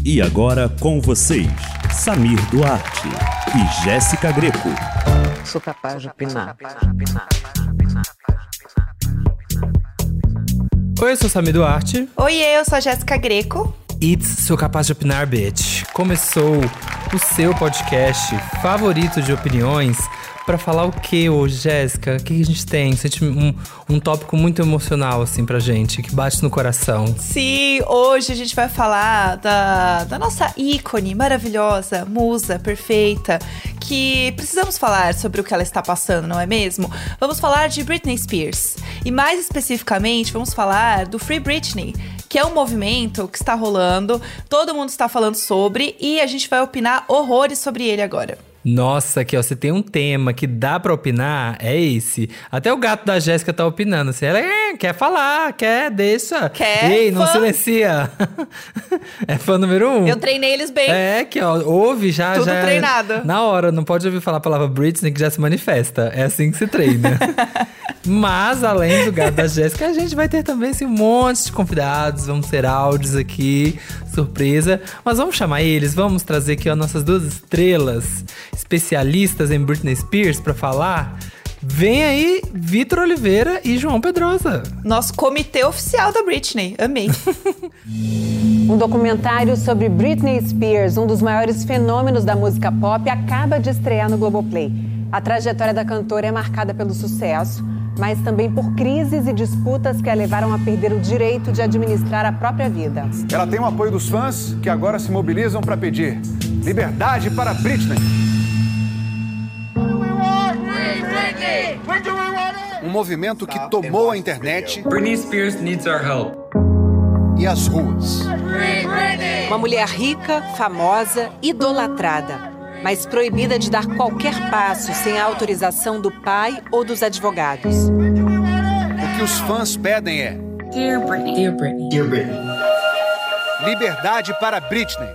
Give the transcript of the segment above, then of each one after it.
E agora com vocês, Samir Duarte e Jéssica Greco. Sou capaz de opinar. Oi, eu sou Samir Duarte. Oi, eu sou a Jéssica Greco. It's Sou Capaz de Opinar, bitch. Começou o seu podcast favorito de opiniões pra falar o que hoje, Jéssica? O que a gente tem? Um tópico muito emocional, assim, pra gente, que bate no coração. Sim, hoje a gente vai falar da nossa ícone maravilhosa, musa perfeita, que precisamos falar sobre o que ela está passando, não é mesmo? Vamos falar de Britney Spears. E mais especificamente, vamos falar do Free Britney, que é um movimento que está rolando, todo mundo está falando sobre, e a gente vai opinar horrores sobre ele agora. Nossa, aqui ó, você tem um tema que dá pra opinar, é esse. Até o gato da Jéssica tá opinando, assim, ela quer falar, deixa. Quer, ei, não fã. Silencia. É fã número 1. Eu treinei eles bem. É, que ó, ouve já. Tudo já treinado. Na hora, não pode ouvir falar a palavra Britney que já se manifesta. É assim que se treina. Mas, além do gato da Jéssica, a gente vai ter também assim, um monte de convidados. Vamos ter áudios aqui, surpresa. Mas vamos chamar eles, vamos trazer aqui ó, nossas duas estrelas especialistas em Britney Spears pra falar. Vem aí, Vitor Oliveira e João Pedrosa. Nosso comitê oficial da Britney. Amei. Um documentário sobre Britney Spears, um dos maiores fenômenos da música pop, acaba de estrear no Globoplay. A trajetória da cantora é marcada pelo sucesso, mas também por crises e disputas que a levaram a perder o direito de administrar a própria vida. Ela tem o apoio dos fãs, que agora se mobilizam para pedir liberdade para Britney. Um movimento que tomou a internet. Britney Spears needs our help. E as ruas. Uma mulher rica, famosa, idolatrada, mas proibida de dar qualquer passo sem a autorização do pai ou dos advogados. O que os fãs pedem é... Dear Britney. Dear Britney. Dear Britney. liberdade para Britney.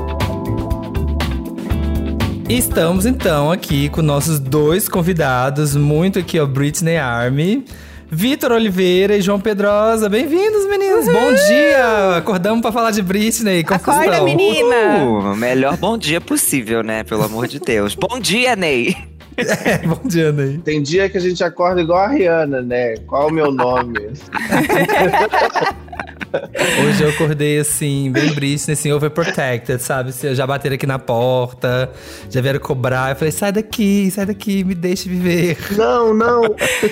Estamos então aqui com nossos dois convidados, muito aqui ó, Britney Army, Vitor Oliveira e João Pedrosa. Bem-vindos, meninos! Uhum. Bom dia! Acordamos pra falar de Britney. Confusão. Acorda, menina! Melhor bom dia possível, né? Pelo amor de Deus. Bom dia, Ney! Bom dia, Ney. Tem dia que a gente acorda igual a Rihanna, né? Qual o meu nome? Hoje eu acordei assim, bem Britney, assim, overprotected, sabe? Já bateram aqui na porta, já vieram cobrar. Eu falei, sai daqui, me deixe viver. Não.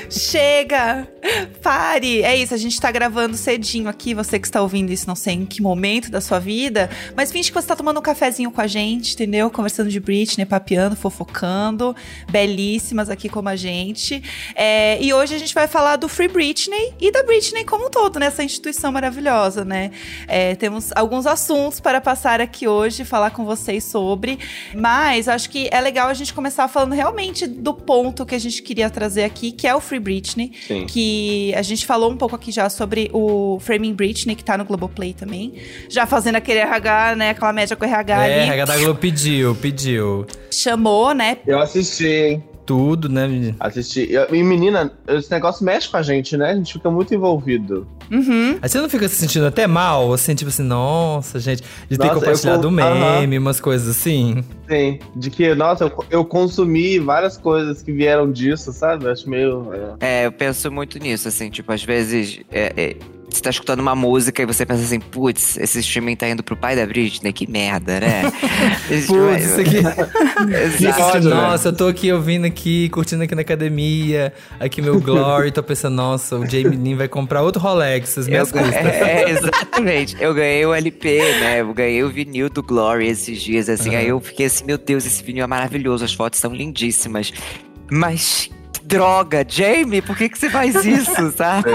Chega! Pare! É isso, a gente tá gravando cedinho aqui. Você que está ouvindo isso, não sei em que momento da sua vida, mas finge que você tá tomando um cafezinho com a gente, entendeu? Conversando de Britney, papeando, fofocando. Belíssimas aqui como a gente. E hoje a gente vai falar do Free Britney e da Britney como um todo, nessa instituição maravilhosa, né? Temos alguns assuntos para passar aqui hoje, falar com vocês sobre, mas acho que é legal a gente começar falando realmente do ponto que a gente queria trazer aqui, que é o Free Britney. Sim. Que a gente falou um pouco aqui já sobre o Framing Britney, que tá no Globoplay também, já fazendo aquele RH, né, aquela média com o RH ali. RH da Globo pediu. Chamou, né? Eu assisti, hein? Tudo, né, menina? Assisti. E menina, esse negócio mexe com a gente, né? A gente fica muito envolvido. Uhum. Aí você não fica se sentindo até mal, assim, tipo assim, nossa, gente, de ter Nossa, compartilhado um meme, umas coisas assim? Sim, de que, nossa, eu consumi várias coisas que vieram disso, sabe? Eu acho meio... Eu penso muito nisso, assim, tipo, às vezes você tá escutando uma música e você pensa assim, putz, esse streaming tá indo pro pai da Britney, que merda, né? Putz, isso aqui... Exato. Nossa, eu tô aqui ouvindo aqui, curtindo aqui na academia, aqui meu Glory, tô pensando, nossa, o Jamie Lin vai comprar outro Rolex, as minhas custas. Exatamente. Eu ganhei o LP, né? Eu ganhei o vinil do Glory esses dias, assim. Aí eu fiquei assim, meu Deus, esse vinil é maravilhoso, as fotos são lindíssimas. Mas... droga, Jamie, por que você faz isso, sabe?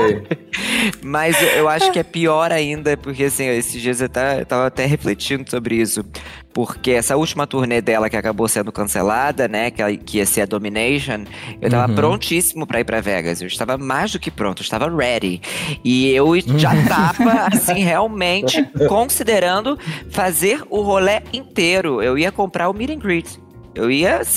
Mas eu acho que é pior ainda, porque assim, esses dias eu tava até refletindo sobre isso, porque essa última turnê dela que acabou sendo cancelada, né, que ia ser a Domination, eu tava prontíssimo pra ir pra Vegas, eu estava mais do que pronto, eu estava ready, e eu já tava, assim, realmente considerando fazer o rolê inteiro, eu ia comprar o meet and greet. Eu ia, assim,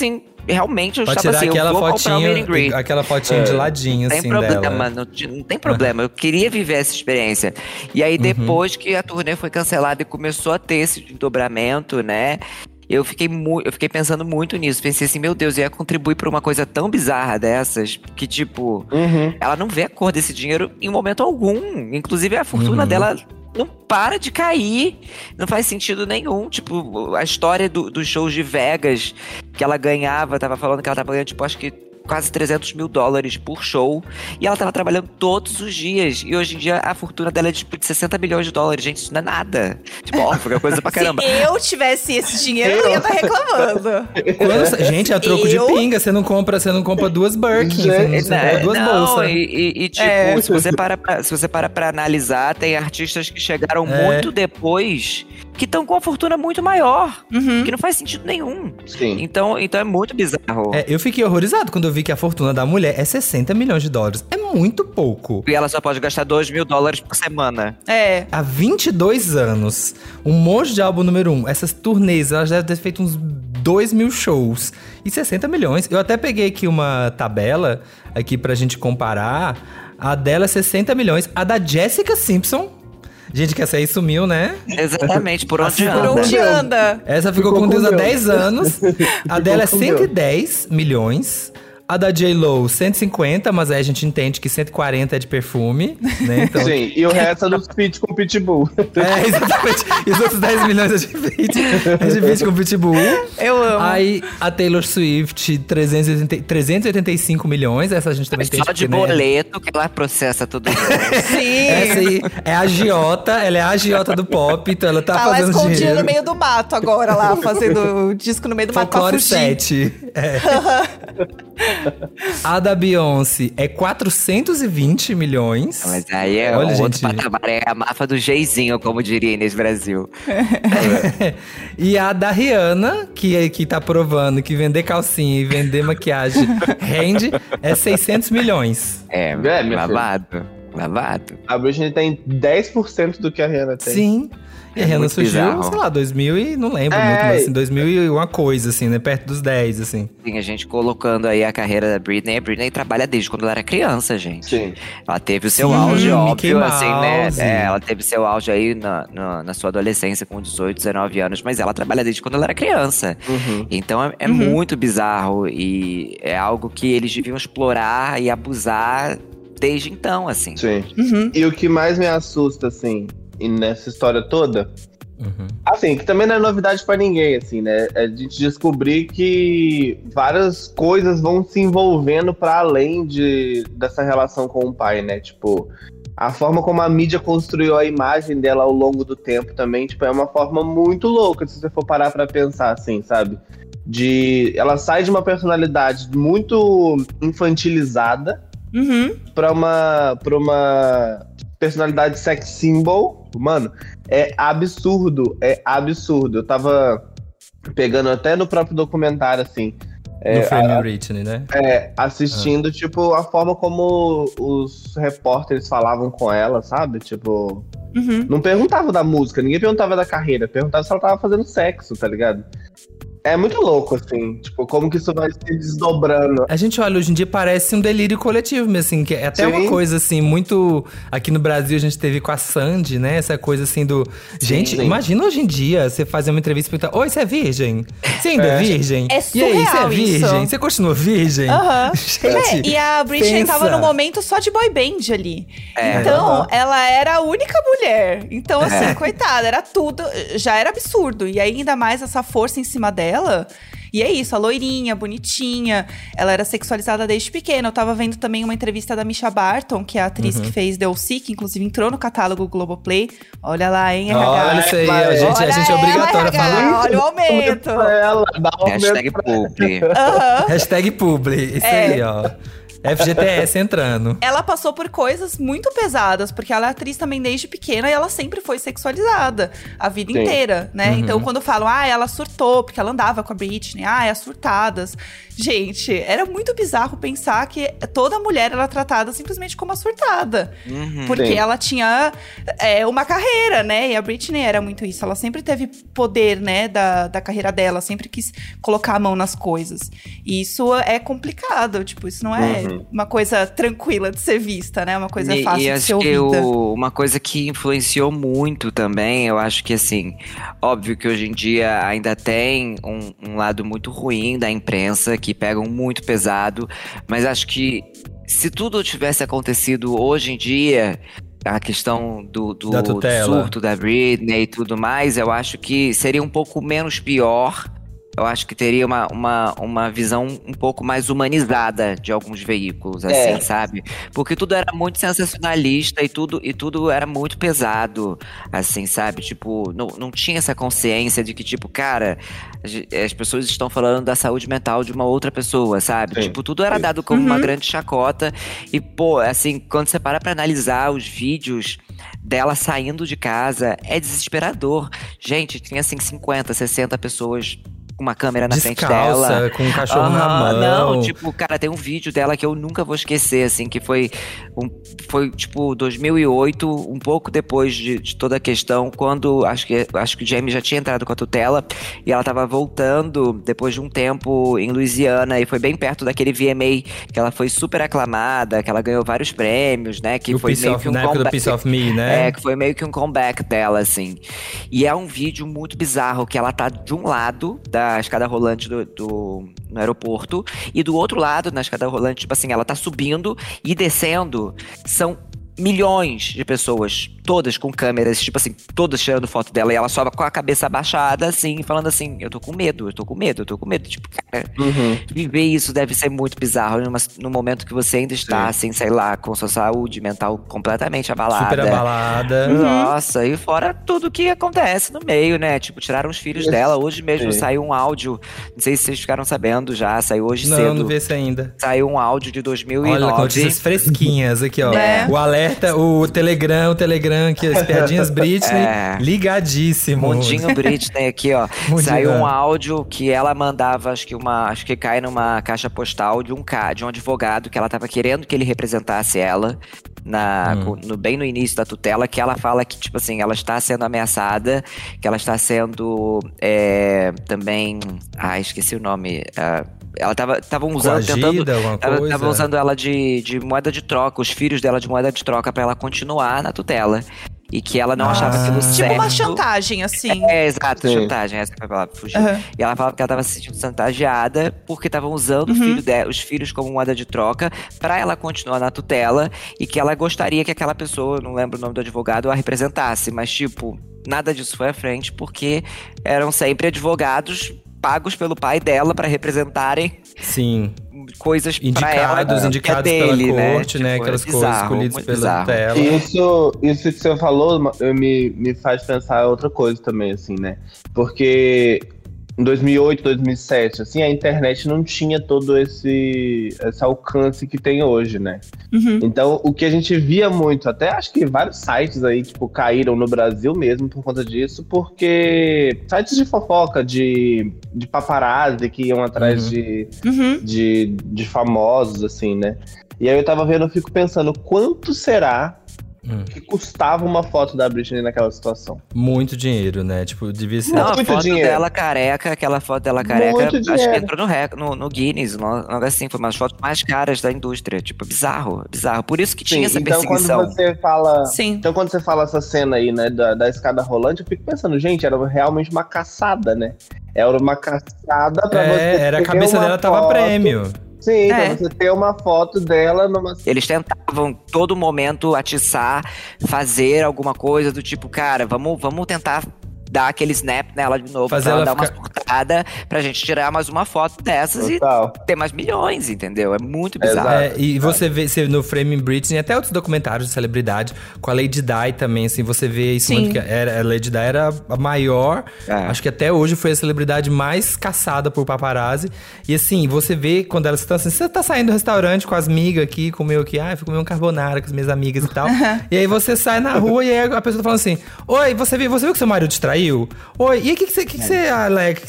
realmente eu Pra estava tirar assim, aquela eu vou comprar um meet and greet. aquela fotinha de ladinho, Tem assim, problema, dela. não tem problema. Eu queria viver essa experiência. E aí, depois que a turnê foi cancelada e começou a ter esse desdobramento, né? Eu fiquei pensando muito nisso. Pensei assim, meu Deus, eu ia contribuir pra uma coisa tão bizarra dessas que, tipo, ela não vê a cor desse dinheiro em momento algum. Inclusive, a fortuna dela não para de cair. Não faz sentido nenhum. Tipo, a história dos shows de Vegas que ela ganhava, tava falando que ela tava ganhando, tipo, acho que quase $300 mil por show. E ela tava trabalhando todos os dias. E hoje em dia a fortuna dela é tipo de $60 milhões. Gente, isso não é nada. Tipo, óbvio, é coisa pra caramba. Se eu tivesse esse dinheiro, eu não ia estar reclamando. Gente, é troco de pinga. Você não compra 2 Birkins. Você não compra 2 bolsas. E tipo, se você para pra analisar, tem artistas que chegaram muito depois que estão com uma fortuna muito maior. Que não faz sentido nenhum. Sim. Então é muito bizarro. Eu fiquei horrorizado quando eu vi que a fortuna da mulher é $60 milhões. É muito pouco. E ela só pode gastar $2 mil por semana. Há 22 anos, um monte de álbum número 1. Essas turnês, elas devem ter feito uns 2 mil shows. E 60 milhões. Eu até peguei aqui uma tabela aqui pra gente comparar. A dela é 60 milhões. A da Jessica Simpson... Gente, que essa aí sumiu, né? Exatamente, por onde anda. Por onde anda? Essa ficou com Deus há 10 anos. A dela é 110 milhões. A da J.Lo, 150, mas aí a gente entende que 140 é de perfume, né? Então... Sim, e o resto é dos feat com Pitbull. Exatamente. E os outros 10 milhões é de feat com Pitbull. Eu amo. Aí a Taylor Swift, 385 milhões. Essa a gente também tem. Só de boleto que ela processa tudo isso. Sim. Essa aí é a agiota, ela é a agiota do pop, então ela tá lá fazendo escondida dinheiro. no meio do mato agora, lá, fazendo o disco no meio do mato pra Folklore fugir. 7. A da Beyoncé é 420 milhões. Mas aí é Olha, outro gente. patamar, é a máfia do Geizinho, como diria Inês Brasil. E a da Rihanna, que tá provando que vender calcinha e vender maquiagem rende, é 600 milhões. minha Babado. A Britney tem 10% do que a Rihanna tem. Sim. E a Rihanna muito surgiu, bizarro. sei lá, 2000 e não lembro muito, mas assim, 2000 e uma coisa, assim, né? Perto dos 10, assim. Sim, a gente colocando aí a carreira da Britney. A Britney trabalha desde quando ela era criança, gente. Sim. Ela teve o seu Sim, auge, Mickey óbvio, assim, né? Mouse. Ela teve seu auge aí na sua adolescência, com 18, 19 anos. Mas ela trabalha desde quando ela era criança. Então é muito bizarro. E é algo que eles deviam explorar e abusar desde então, assim. Sim. E o que mais me assusta, assim, e nessa história toda... Assim, que também não é novidade pra ninguém, assim, né? É a gente descobrir que várias coisas vão se envolvendo pra além dessa relação com o pai, né? Tipo, a forma como a mídia construiu a imagem dela ao longo do tempo também, tipo, é uma forma muito louca, se você for parar pra pensar, assim, sabe? Ela sai de uma personalidade muito infantilizada pra uma personalidade sex symbol. Mano, é absurdo. Eu tava pegando até no próprio documentário, assim. No Frame Britney, né? Assistindo, tipo, a forma como os repórteres falavam com ela, sabe? Tipo, não perguntavam da música, ninguém perguntava da carreira, perguntava se ela tava fazendo sexo, tá ligado? É muito louco, assim, tipo, como que isso vai se desdobrando. A gente olha, hoje em dia parece um delírio coletivo mesmo, assim, que é até uma coisa, assim, muito... Aqui no Brasil a gente teve com a Sandy, né, essa coisa, assim, do... Gente, imagina hoje em dia você fazer uma entrevista e perguntar: oi, você é virgem? Você ainda é virgem? É surreal. E aí, você é virgem? Isso. Você continua virgem? Gente, e a Britney tava no momento só de boy band ali. Então, ela era a única mulher. Então, assim, coitada, era tudo... Já era absurdo. E ainda mais essa força em cima dela. E é isso, a loirinha, bonitinha. Ela era sexualizada desde pequena. Eu tava vendo também uma entrevista da Misha Barton, que é a atriz que fez DLC, que inclusive entrou no catálogo Globoplay. Olha lá, hein, RH. Olha isso aí, a gente é obrigatório a falar. Olha o aumento. Hashtag publi. Hashtag publi, isso aí, ó. FGTS entrando. Ela passou por coisas muito pesadas, porque ela é atriz também desde pequena e ela sempre foi sexualizada a vida inteira, né? Então, quando falam, ela surtou porque ela andava com a Britney, as surtadas. Gente, era muito bizarro pensar que toda mulher era tratada simplesmente como uma surtada. Porque ela tinha uma carreira, né? E a Britney era muito isso. Ela sempre teve poder, né, da carreira dela. Sempre quis colocar a mão nas coisas. E isso é complicado. Tipo, isso não é uma coisa tranquila de ser vista, né? Uma coisa fácil de ser ouvida. Uma coisa que influenciou muito também, eu acho que assim, óbvio que hoje em dia ainda tem um lado muito ruim da imprensa, que pegam muito pesado, mas acho que se tudo tivesse acontecido hoje em dia, a questão do surto da Britney e tudo mais, eu acho que seria um pouco menos pior. Eu acho que teria uma visão um pouco mais humanizada de alguns veículos, assim, sabe? Porque tudo era muito sensacionalista e tudo era muito pesado, assim, sabe? Tipo, não tinha essa consciência de que, tipo, cara, as pessoas estão falando da saúde mental de uma outra pessoa, sabe? Tipo, tudo era dado como uma grande chacota. E, pô, assim, quando você para pra analisar os vídeos dela saindo de casa, é desesperador. Gente, tinha, assim, 50, 60 pessoas com uma câmera na frente dela. Com um cachorro na mão. Não, tipo, cara, tem um vídeo dela que eu nunca vou esquecer, assim, que foi tipo, 2008, um pouco depois de toda a questão, quando, acho que o Jamie já tinha entrado com a tutela, e ela tava voltando, depois de um tempo, em Louisiana, e foi bem perto daquele VMA, que ela foi super aclamada, que ela ganhou vários prêmios, né, que foi meio que um comeback. Do Piece of Me, né? Que foi meio que um comeback dela, assim. E é um vídeo muito bizarro, que ela tá de um lado da escada rolante no aeroporto, e do outro lado, na escada rolante, tipo assim, ela tá subindo e descendo, são milhões de pessoas, todas com câmeras, tipo assim, todas tirando foto dela, e ela sobe com a cabeça abaixada, assim, falando assim, eu tô com medo, tipo, cara, viver isso deve ser muito bizarro, no momento que você ainda está, assim, sei lá, com sua saúde mental completamente abalada. Super abalada. Nossa, e fora tudo que acontece no meio, né, tipo, tiraram os filhos dela, hoje mesmo saiu um áudio, não sei se vocês ficaram sabendo já, saiu hoje cedo. Não vi esse ainda. Saiu um áudio de 2009. Olha, notícias fresquinhas aqui, ó. O alerta, o Telegram aqui, as piadinhas Britney, ligadíssimo. Mundinho Britney aqui, ó. Saiu um áudio que ela mandava, acho que cai numa caixa postal de um advogado que ela tava querendo que ele representasse ela. Bem no início da tutela, que ela fala que, tipo assim, ela está sendo ameaçada, que ela está sendo também... esqueci o nome... Ela estavam usando, tava usando ela de moeda de troca, os filhos dela de moeda de troca pra ela continuar na tutela. E que ela não achava aquilo certo. Tipo uma chantagem, assim. Exato, chantagem, essa foi a palavra, fugiu. E ela falava que ela tava se sentindo chantageada porque estavam usando os filhos como moeda de troca pra ela continuar na tutela, e que ela gostaria que aquela pessoa, não lembro o nome do advogado, a representasse, mas tipo, nada disso foi à frente, porque eram sempre advogados pagos pelo pai dela pra representarem coisas pra ela. Indicados dele, pela corte, né? Tipo, aquelas coisas escolhidas pela tela. Isso que você falou me faz pensar outra coisa também, assim, né? Porque em 2008, 2007, assim, a internet não tinha todo esse alcance que tem hoje, né? Então, o que a gente via muito, até acho que vários sites aí, tipo, caíram no Brasil mesmo por conta disso, porque sites de fofoca, de paparazzi que iam atrás de famosos, assim, né? E aí eu fico pensando, quanto será que custava uma foto da Britney naquela situação? Muito dinheiro, né? Tipo, devia ser... Não, a foto dela careca, aquela foto dela careca, acho que entrou no Guinness, assim, foi uma das fotos mais caras da indústria. Tipo, bizarro. Por isso que tinha essa perseguição. Então, quando você fala essa cena aí, né, da escada rolante, eu fico pensando, gente, era realmente uma caçada, né? Era uma caçada pra você... Era a cabeça dela tava prêmio. Sim, pra você ter uma foto dela numa... Eles tentavam, todo momento, atiçar, fazer alguma coisa do tipo, cara, vamos tentar dar aquele snap nela de novo, pra ela dar uma surtada, pra gente tirar mais uma foto dessas e ter mais milhões, entendeu? É muito bizarro. E você vê no Framing Britney, até outros documentários de celebridade, com a Lady Di também, assim, você vê isso muito, que a Lady Di era a maior, acho que até hoje foi a celebridade mais caçada por paparazzi, e assim, você vê quando elas estão assim, você tá saindo do restaurante com as migas aqui, comeu aqui, fui comer um carbonara com as minhas amigas e tal, e aí você sai na rua e aí a pessoa tá falando assim, oi, você viu que seu marido te traiu? Oi, e aí o que você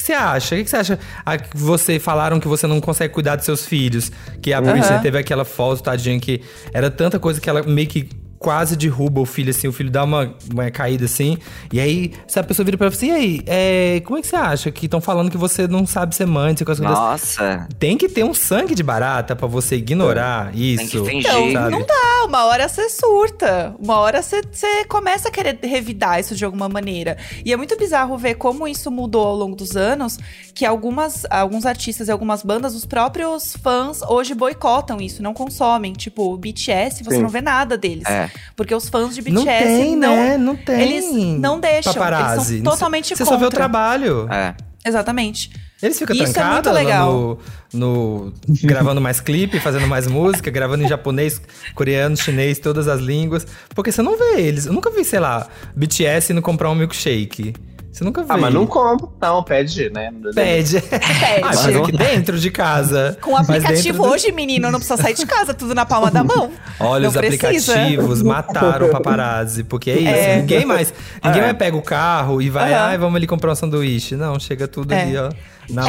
você acha? O que você acha? Você falaram que você não consegue cuidar dos seus filhos. Que a Britney teve aquela foto, tadinha, que era tanta coisa que ela meio que quase derruba o filho, assim. O filho dá uma caída, assim. E aí, se a pessoa vira pra ela assim, e aí, como é que você acha? Que estão falando que você não sabe ser mãe, não sei coisas. Nossa. Tem que ter um sangue de barata pra você ignorar isso. Tem que fingir. Então, sabe? não dá. Uma hora você surta. Uma hora você começa a querer revidar isso de alguma maneira. E é muito bizarro ver como isso mudou ao longo dos anos, que alguns artistas e algumas bandas, os próprios fãs hoje boicotam isso, não consomem. Tipo, o BTS, você não vê nada deles. Porque os fãs de BTS não tem. Eles não deixam. Paparazzi. Eles são totalmente Você contra. só vê o trabalho. Exatamente. Eles ficam Isso é muito trancados legal. gravando mais clipe, fazendo mais música, gravando em japonês, coreano, chinês, todas as línguas. Porque você não vê eles. Eu nunca vi, sei lá, BTS indo comprar um milkshake. Você nunca viu. Mas não compra, não, pede, né? Pede. Mas aqui dentro de casa. Com o aplicativo hoje, menino, não precisa sair de casa, tudo na palma da mão. Olha, não os precisa. aplicativos mataram o paparazzi. Porque é isso, ninguém mais pega o carro e vai, vamos ali comprar um sanduíche. Não, chega tudo ali, ó.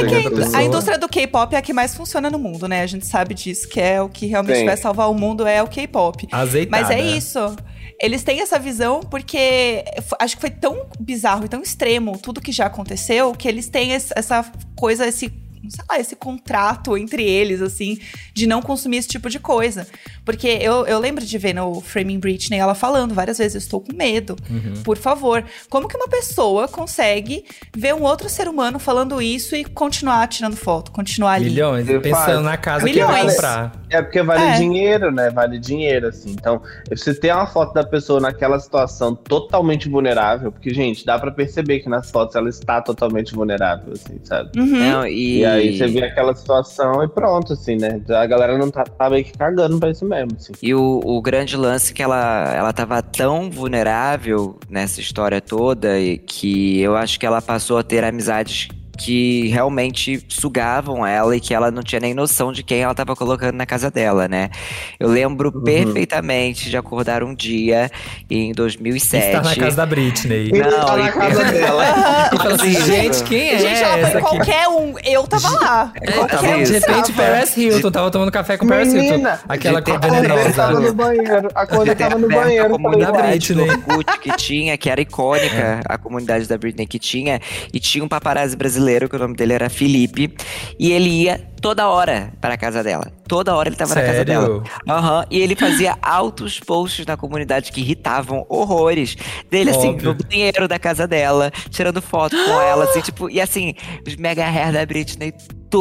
A indústria do K-pop é a que mais funciona no mundo, né? A gente sabe disso, que é o que realmente vai salvar o mundo, é o K-pop. Azeitada. Mas é isso. Eles têm essa visão porque acho que foi tão bizarro e tão extremo tudo que já aconteceu, que eles têm essa coisa, esse contrato entre eles, assim, de não consumir esse tipo de coisa. Porque eu lembro de ver no Framing Britney ela falando várias vezes, eu estou com medo, por favor. Como que uma pessoa consegue ver um outro ser humano falando isso e continuar tirando foto, continuar ali? Milhões, pensando na casa que vai comprar. É porque vale dinheiro, né? Vale dinheiro, assim. Então, você ter uma foto da pessoa naquela situação totalmente vulnerável, porque, gente, dá pra perceber que nas fotos ela está totalmente vulnerável, assim, sabe? Não, E aí você vê aquela situação e pronto, assim, né? A galera não tá meio que cagando pra isso mesmo, assim. E o grande lance é que ela tava tão vulnerável nessa história toda que eu acho que ela passou a ter amizades que realmente sugavam ela e que ela não tinha nem noção de quem ela estava colocando na casa dela, né? Eu lembro perfeitamente de acordar um dia em 2007. Estar na casa da Britney. Não, tá na casa dela. E fala assim, gente, quem é Gente, ela foi qualquer um. Eu tava lá. De repente, Paris Hilton. Tava tomando café com Paris Hilton. Aquela venenosa. Tava no banheiro. A coisa tava no banheiro. A comunidade do Orkut que tinha, que era icônica, a comunidade da Britney que tinha, e tinha um paparazzi brasileiro, que o nome dele era Felipe, e ele ia toda hora para a casa dela. Toda hora ele tava na casa dela. E ele fazia altos posts na comunidade que irritavam horrores dele, assim, no banheiro da casa dela, tirando foto com ela, assim, tipo, e assim, os mega hair da Britney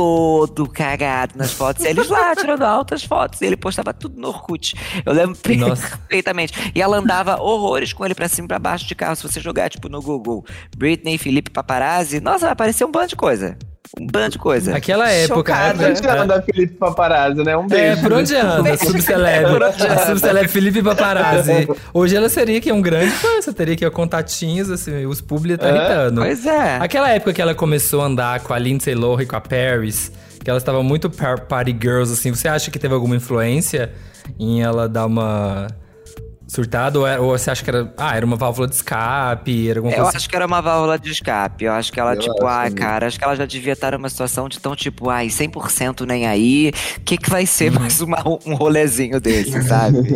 todo cagado nas fotos. E eles lá tirando altas fotos. E ele postava tudo no Orkut. Eu lembro perfeitamente. E ela andava horrores com ele pra cima e pra baixo de carro. Se você jogar, tipo, no Google, Britney, Felipe Paparazzi, nossa, vai aparecer um bando de coisa. Um bando de coisa. Aquela época. Onde anda Felipe Paparazzi, né? Um beijo. Por onde anda? A subceleb Felipe Paparazzi. Hoje ela seria que um grande fã. Você teria que contatinhos, assim, os publi tá irritando. Pois é. Aquela época que ela começou a andar com a Lindsay Lohan e com a Paris, que elas estavam muito party girls, assim. Você acha que teve alguma influência em ela dar uma surtada? Ou você acha que era uma válvula de escape? Era alguma coisa acho que era uma válvula de escape. Eu acho que ela, cara, acho que ela já devia estar numa situação de tão, tipo, 100% nem aí. O que vai ser mais um rolezinho desse, sabe?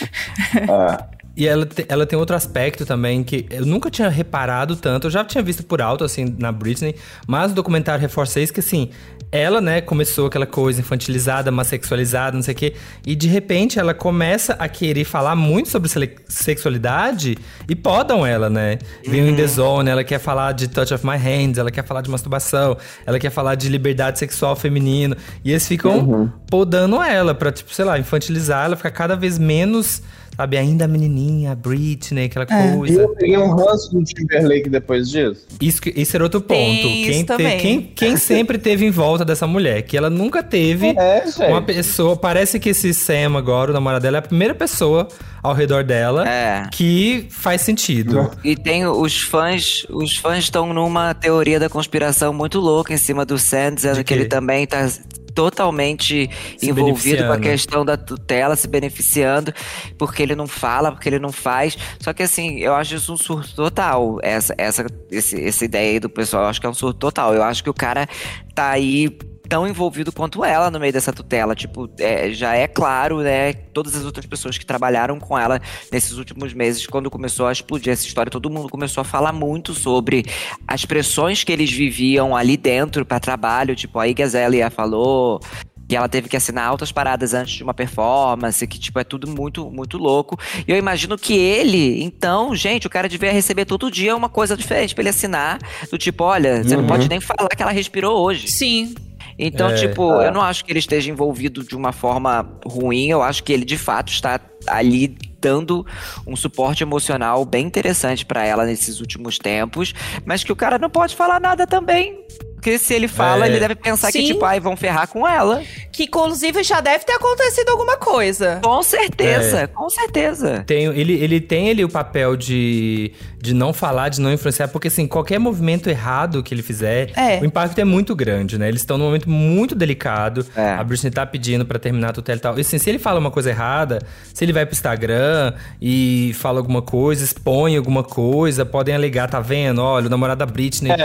E ela tem outro aspecto também que eu nunca tinha reparado tanto. Eu já tinha visto por alto, assim, na Britney. Mas o documentário reforça isso, que assim, ela, né, começou aquela coisa infantilizada, mas sexualizada, não sei o quê. E de repente ela começa a querer falar muito sobre sexualidade e podam ela, né? Vem In The Zone, ela quer falar de Touch of My Hands, ela quer falar de masturbação, ela quer falar de liberdade sexual feminino. E eles ficam podando ela pra, tipo, sei lá, infantilizar ela, ficar cada vez menos... Sabe, ainda a menininha, a Britney, aquela coisa. E eu peguei um ranço do Timberlake depois disso. Isso era outro ponto. Quem sempre teve em volta dessa mulher? Que ela nunca teve uma pessoa... Parece que esse Sam agora, o namorado dela, é a primeira pessoa ao redor dela que faz sentido. E tem os fãs estão numa teoria da conspiração muito louca em cima do Sam, dizendo que ele também tá totalmente envolvido com a questão da tutela, se beneficiando, porque ele não fala, porque ele não faz. Só que assim, eu acho isso um surto total, essa ideia aí do pessoal, eu acho que é um surto total. Eu acho que o cara tá aí tão envolvido quanto ela no meio dessa tutela. Tipo, já é claro, né, todas as outras pessoas que trabalharam com ela nesses últimos meses, quando começou a explodir essa história, todo mundo começou a falar muito sobre as pressões que eles viviam ali dentro para trabalho. Tipo, a Iggy Azalea falou que ela teve que assinar altas paradas antes de uma performance, que, tipo, é tudo muito, muito louco. E eu imagino que ele, então, gente, o cara devia receber todo dia uma coisa diferente pra ele assinar, do tipo, olha, você não pode nem falar que ela respirou hoje. Sim. Então, tipo, eu não acho que ele esteja envolvido de uma forma ruim, eu acho que ele, de fato, está ali dando um suporte emocional bem interessante pra ela nesses últimos tempos, mas que o cara não pode falar nada também. Porque se ele fala, ele deve pensar que, tipo, vão ferrar com ela. Que, inclusive, já deve ter acontecido alguma coisa. Com certeza, com certeza. Ele tem ali o papel de não falar, de não influenciar, porque, assim, qualquer movimento errado que ele fizer, o impacto é muito grande, né? Eles estão num momento muito delicado. A Britney tá pedindo pra terminar a tutela e tal. E, assim, se ele fala uma coisa errada, se ele vai pro Instagram e fala alguma coisa, expõe alguma coisa, podem alegar, tá vendo? Olha, o namorado da Britney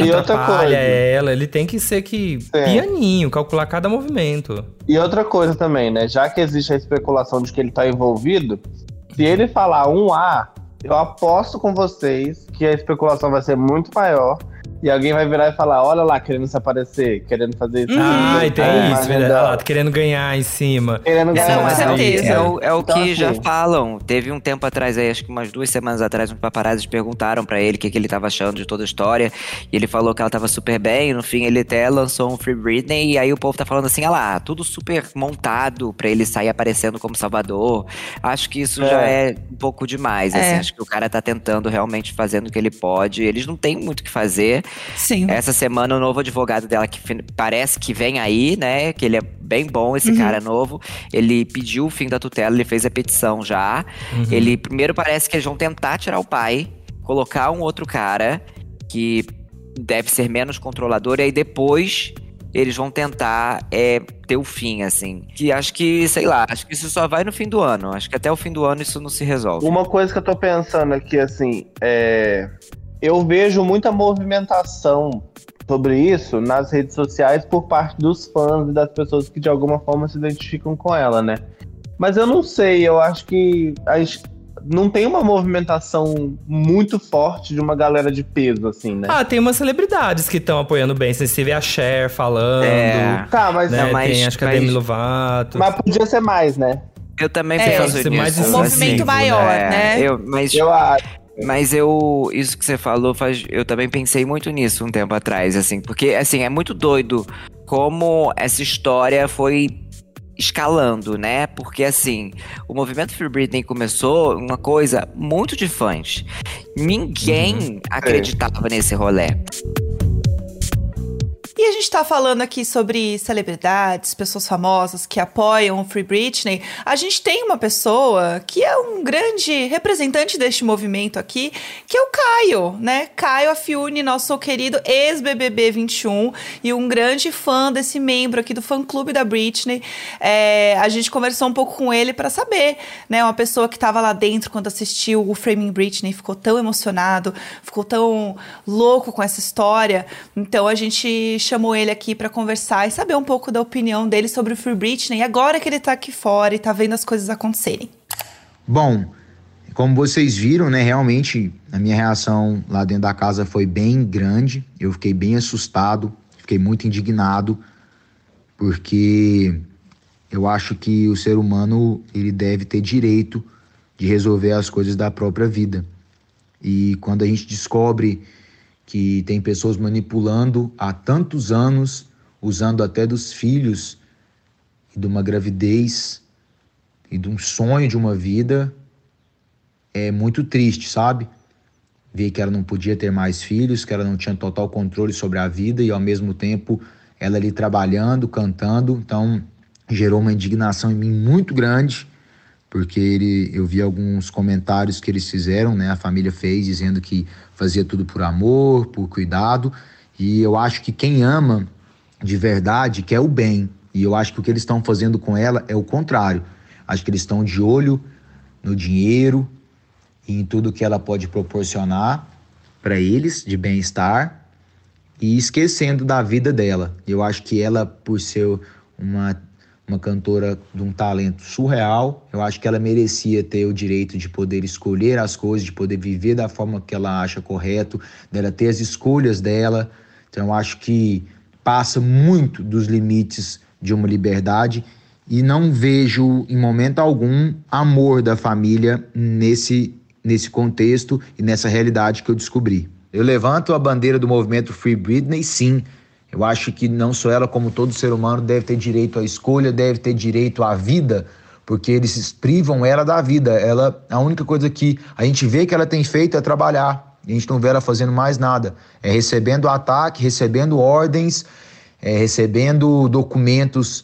atrapalha ela. Ele tem que ser pianinho, calcular cada movimento. E outra coisa também, né? Já que existe a especulação de que ele tá envolvido, se ele falar um A, eu aposto com vocês que a especulação vai ser muito maior. E alguém vai virar e falar, olha lá, querendo se aparecer, querendo fazer isso. E tem isso, verdade. Olha lá, querendo ganhar em cima. Querendo ganhar mais. É o então, que já falam. Teve um tempo atrás aí, acho que umas 2 semanas atrás, uns paparazzi perguntaram pra ele o que ele tava achando de toda a história. E ele falou que ela tava super bem. No fim, ele até lançou um Free Britney. E aí o povo tá falando assim, olha lá, tudo super montado pra ele sair aparecendo como salvador. Acho que isso já é um pouco demais. Assim, acho que o cara tá tentando realmente fazendo o que ele pode. Eles não têm muito o que fazer. Sim. Essa semana o novo advogado dela, que parece que vem aí, né? Que ele é bem bom, esse cara novo. Ele pediu o fim da tutela, ele fez a petição já. Ele, primeiro, parece que eles vão tentar tirar o pai, colocar um outro cara que deve ser menos controlador, e aí depois eles vão tentar ter o fim, assim. Que acho que, sei lá, acho que isso só vai no fim do ano. Acho que até o fim do ano isso não se resolve. Uma coisa que eu tô pensando aqui, assim, eu vejo muita movimentação sobre isso nas redes sociais por parte dos fãs e das pessoas que de alguma forma se identificam com ela, né? Mas eu não sei, eu acho que não tem uma movimentação muito forte de uma galera de peso, assim, né? Tem umas celebridades que estão apoiando bem. Você vê a Cher falando. Tá, mas... Né? Não, tem, acho que a Demi Lovato. Mas podia ser mais, né? Eu também penso nisso. Um movimento maior, né? Eu acho. Mas isso que você falou, eu também pensei muito nisso um tempo atrás, assim. Porque, assim, é muito doido como essa história foi escalando, né? Porque, assim, o movimento Free Britney começou uma coisa muito de fãs. Ninguém acreditava nesse rolê. E a gente tá falando aqui sobre celebridades, pessoas famosas que apoiam o Free Britney. A gente tem uma pessoa que é um grande representante deste movimento aqui, que é o Caio, né? Caio Afiuni, nosso querido ex-BBB 21 e um grande fã desse membro aqui do fã-clube da Britney. A gente conversou um pouco com ele pra saber, né? Uma pessoa que tava lá dentro quando assistiu o Framing Britney, ficou tão emocionado, ficou tão louco com essa história. Então a gente chamou ele aqui pra conversar e saber um pouco da opinião dele sobre o Free Britney, agora que ele tá aqui fora e tá vendo as coisas acontecerem. Bom, como vocês viram, né, realmente a minha reação lá dentro da casa foi bem grande. Eu fiquei bem assustado, fiquei muito indignado, porque eu acho que o ser humano, ele deve ter direito de resolver as coisas da própria vida. E quando a gente descobre que tem pessoas manipulando há tantos anos, usando até dos filhos e de uma gravidez e de um sonho de uma vida, é muito triste, sabe? Ver que ela não podia ter mais filhos, que ela não tinha total controle sobre a vida e ao mesmo tempo ela ali trabalhando, cantando. Então gerou uma indignação em mim muito grande, porque eu vi alguns comentários que eles fizeram, né? A família fez, dizendo que fazia tudo por amor, por cuidado. E eu acho que quem ama de verdade quer o bem, E eu acho que o que eles estão fazendo com ela é o contrário. Acho que eles estão de olho no dinheiro e em tudo que ela pode proporcionar para eles de bem-estar e esquecendo da vida dela. Eu acho que ela, por ser uma cantora de um talento surreal, eu acho que ela merecia ter o direito de poder escolher as coisas, de poder viver da forma que ela acha correto, dela ter as escolhas dela. Então eu acho que passa muito dos limites de uma liberdade e não vejo em momento algum amor da família nesse contexto e nessa realidade que eu descobri. Eu levanto a bandeira do movimento Free Britney, sim. Eu acho que não só ela, como todo ser humano, deve ter direito à escolha, deve ter direito à vida, porque eles privam ela da vida. A única coisa que a gente vê que ela tem feito é trabalhar. A gente não vê ela fazendo mais nada. É recebendo ataque, recebendo ordens, recebendo documentos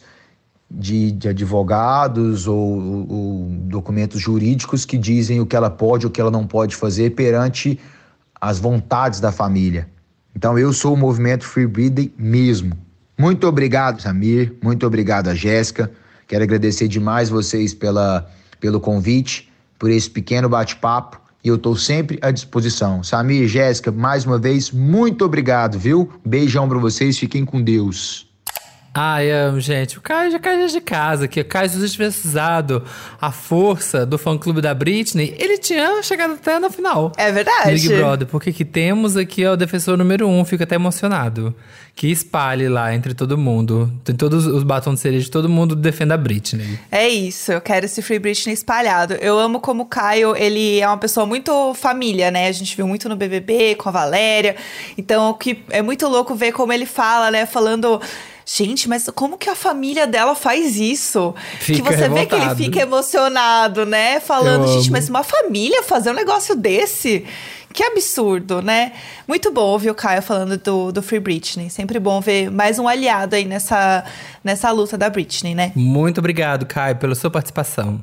de advogados ou documentos jurídicos que dizem o que ela pode ou o que ela não pode fazer perante as vontades da família. Então eu sou o movimento Free Britney mesmo. Muito obrigado, Samir. Muito obrigado a Jéssica. Quero agradecer demais vocês pelo convite, por esse pequeno bate-papo. E eu estou sempre à disposição. Samir e Jéssica, mais uma vez, muito obrigado, viu? Beijão para vocês. Fiquem com Deus. Ai, amo, gente. O Caio já caiu de casa aqui. O Caio, se você tivesse usado a força do fã-clube da Britney, ele tinha chegado até na final. É verdade. Big Brother, porque que temos aqui o defensor número 1, fico até emocionado. Que espalhe lá entre todo mundo. Tem todos os batons de cereja, todo mundo defenda a Britney. É isso, eu quero esse Free Britney espalhado. Eu amo como o Caio, ele é uma pessoa muito família, né? A gente viu muito no BBB, com a Valéria. Então, que é muito louco ver como ele fala, né? Falando... Gente, mas como que a família dela faz isso? Fica que você revoltado. vê que ele fica emocionado, né? Falando, gente, mas uma família fazer um negócio desse? Que absurdo, né? Muito bom ouvir o Caio falando do Free Britney. Sempre bom ver mais um aliado aí nessa luta da Britney, né? Muito obrigado, Caio, pela sua participação.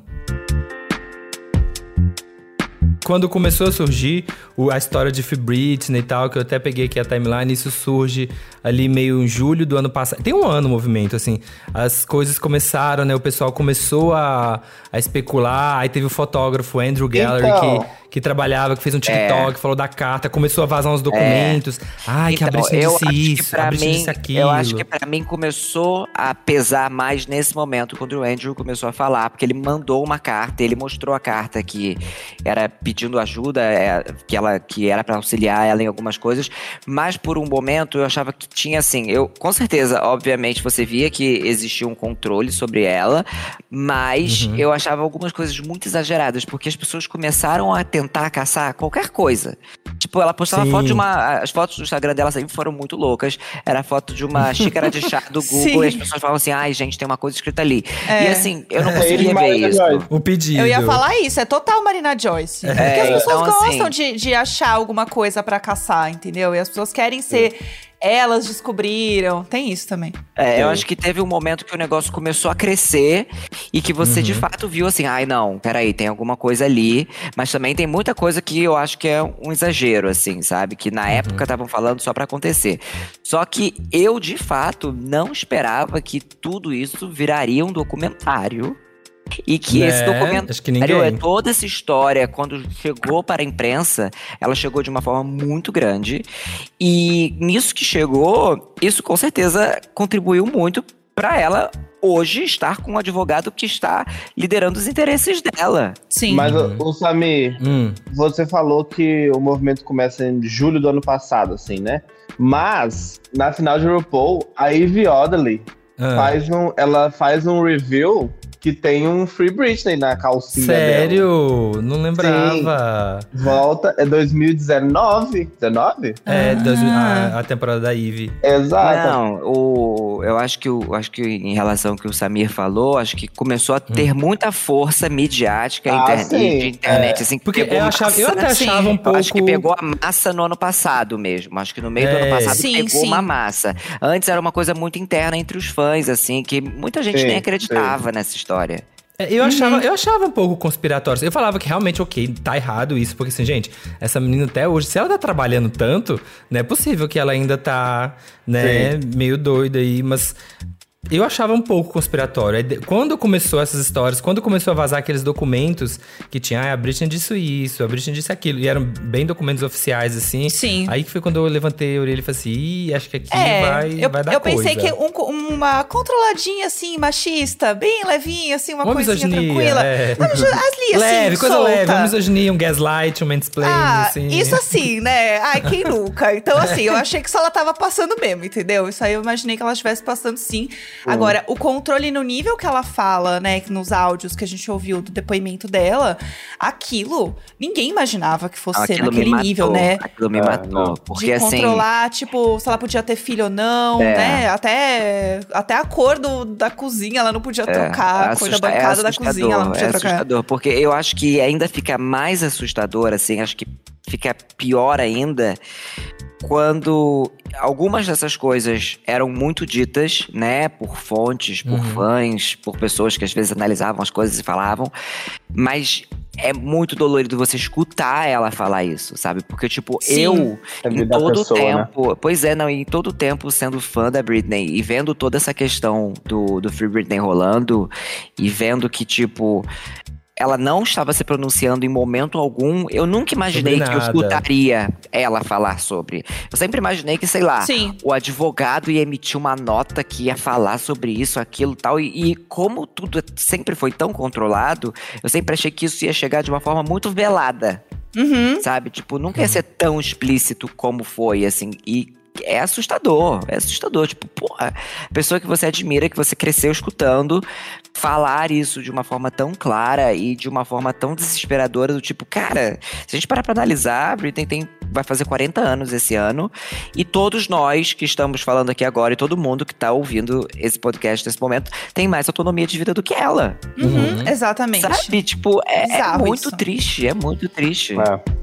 Quando começou a surgir a história de Free Britney e tal, que eu até peguei aqui a timeline, isso surge ali meio em julho do ano passado. Tem um ano o movimento, assim. As coisas começaram, né? O pessoal começou a especular. Aí teve o fotógrafo Andrew Gallery, que trabalhava, que fez um TikTok, falou da carta, começou a vazar uns documentos. Ai, que a Britney disse isso, a Britney disse aquilo. Eu acho que pra mim começou a pesar mais nesse momento, quando o Andrew começou a falar, porque ele mandou uma carta, ele mostrou a carta que era pedindo ajuda, que era pra auxiliar ela em algumas coisas, mas por um momento eu achava que tinha assim, com certeza, obviamente, você via que existia um controle sobre ela, mas eu achava algumas coisas muito exageradas, porque as pessoas começaram a tentar caçar qualquer coisa. Tipo, ela postava foto de as fotos do Instagram dela sempre foram muito loucas. Era a foto de uma xícara de chá do Google e as pessoas falavam assim, ai, gente, tem uma coisa escrita ali. E assim, eu não conseguia ver isso. O pedido. Eu ia falar isso, é total Marina Joyce. Porque as pessoas gostam de achar alguma coisa pra caçar, entendeu? E as pessoas querem ser... Elas descobriram. Tem isso também. Eu acho que teve um momento que o negócio começou a crescer e que você de fato viu assim, ai não, peraí, tem alguma coisa ali. Mas também tem muita coisa que eu acho que é um exagero, assim, sabe? Que na época estavam falando só pra acontecer. Só que eu, de fato, não esperava que tudo isso viraria um documentário. E que esse documentário, toda essa história, quando chegou para a imprensa, ela chegou de uma forma muito grande. E nisso que chegou, isso com certeza contribuiu muito para ela hoje estar com um advogado que está liderando os interesses dela. Sim. Mas, o Samir, você falou que o movimento começa em julho do ano passado, assim, né? Mas, na final de RuPaul, a Yvie Oddly faz um review que tem um Free Britney na calcinha dela. Sério? Não lembrava. Sim. Volta, é 2019? 19? A temporada da Yvie. Exato. Não, eu acho que em relação ao que o Samir falou, acho que começou a ter muita força midiática de internet, assim. Porque eu até achava um pouco... Acho que pegou a massa no ano passado mesmo. Acho que no meio do ano passado pegou uma massa. Antes era uma coisa muito interna entre os fãs, assim, que muita gente nem acreditava nessa história. Eu achava um pouco conspiratório. Eu falava que realmente, tá errado isso. Porque assim, gente, essa menina até hoje, se ela tá trabalhando tanto, não é possível que ela ainda tá, né, meio doida aí. Mas Eu achava um pouco conspiratório. Aí, quando começou essas histórias, quando começou a vazar aqueles documentos que tinha, a Britney disse isso, a Britney disse aquilo, e eram bem documentos oficiais, assim. Sim. Aí que foi quando eu levantei a orelha e falei assim, ih, acho que aqui vai dar coisa. Eu pensei que uma controladinha, assim, machista, bem levinha, assim, uma coisinha tranquila. Ali, leve, assim, coisa solta. leve, uma misoginia, um gaslight, um mansplaining, assim. Isso assim, né? Ai, quem nunca? Então, assim, eu achei que só ela tava passando mesmo, entendeu? Isso aí eu imaginei que ela estivesse passando sim. Agora, o controle no nível que ela fala, né, nos áudios que a gente ouviu do depoimento dela, aquilo, ninguém imaginava que fosse ser naquele nível, né? Aquilo me matou. Porque, de assim, controlar, tipo, se ela podia ter filho ou não, né? Até a cor da cozinha ela não podia trocar, a cor da bancada da cozinha ela não podia trocar. Assustador, porque eu acho que ainda fica mais assustador, assim, acho que fica pior ainda quando algumas dessas coisas eram muito ditas, né, por fontes, por fãs, por pessoas que às vezes analisavam as coisas e falavam, mas é muito dolorido você escutar ela falar isso, sabe? Porque, tipo, eu, em todo o tempo... Né? Pois é, não, em todo o tempo sendo fã da Britney e vendo toda essa questão do Free Britney rolando e vendo que, tipo... ela não estava se pronunciando em momento algum. Eu nunca imaginei que eu escutaria ela falar sobre. Eu sempre imaginei que, sei lá, o advogado ia emitir uma nota que ia falar sobre isso, aquilo e tal. E como tudo sempre foi tão controlado, eu sempre achei que isso ia chegar de uma forma muito velada. Sabe? Tipo, nunca ia ser tão explícito como foi, assim. E é assustador. Tipo, porra, pessoa que você admira, que você cresceu escutando, falar isso de uma forma tão clara e de uma forma tão desesperadora, do tipo, cara, se a gente parar pra analisar, a Britney vai fazer 40 anos esse ano, e todos nós que estamos falando aqui agora, e todo mundo que tá ouvindo esse podcast nesse momento, tem mais autonomia de vida do que ela. Exatamente. Sabe? Tipo, é muito triste, é muito triste.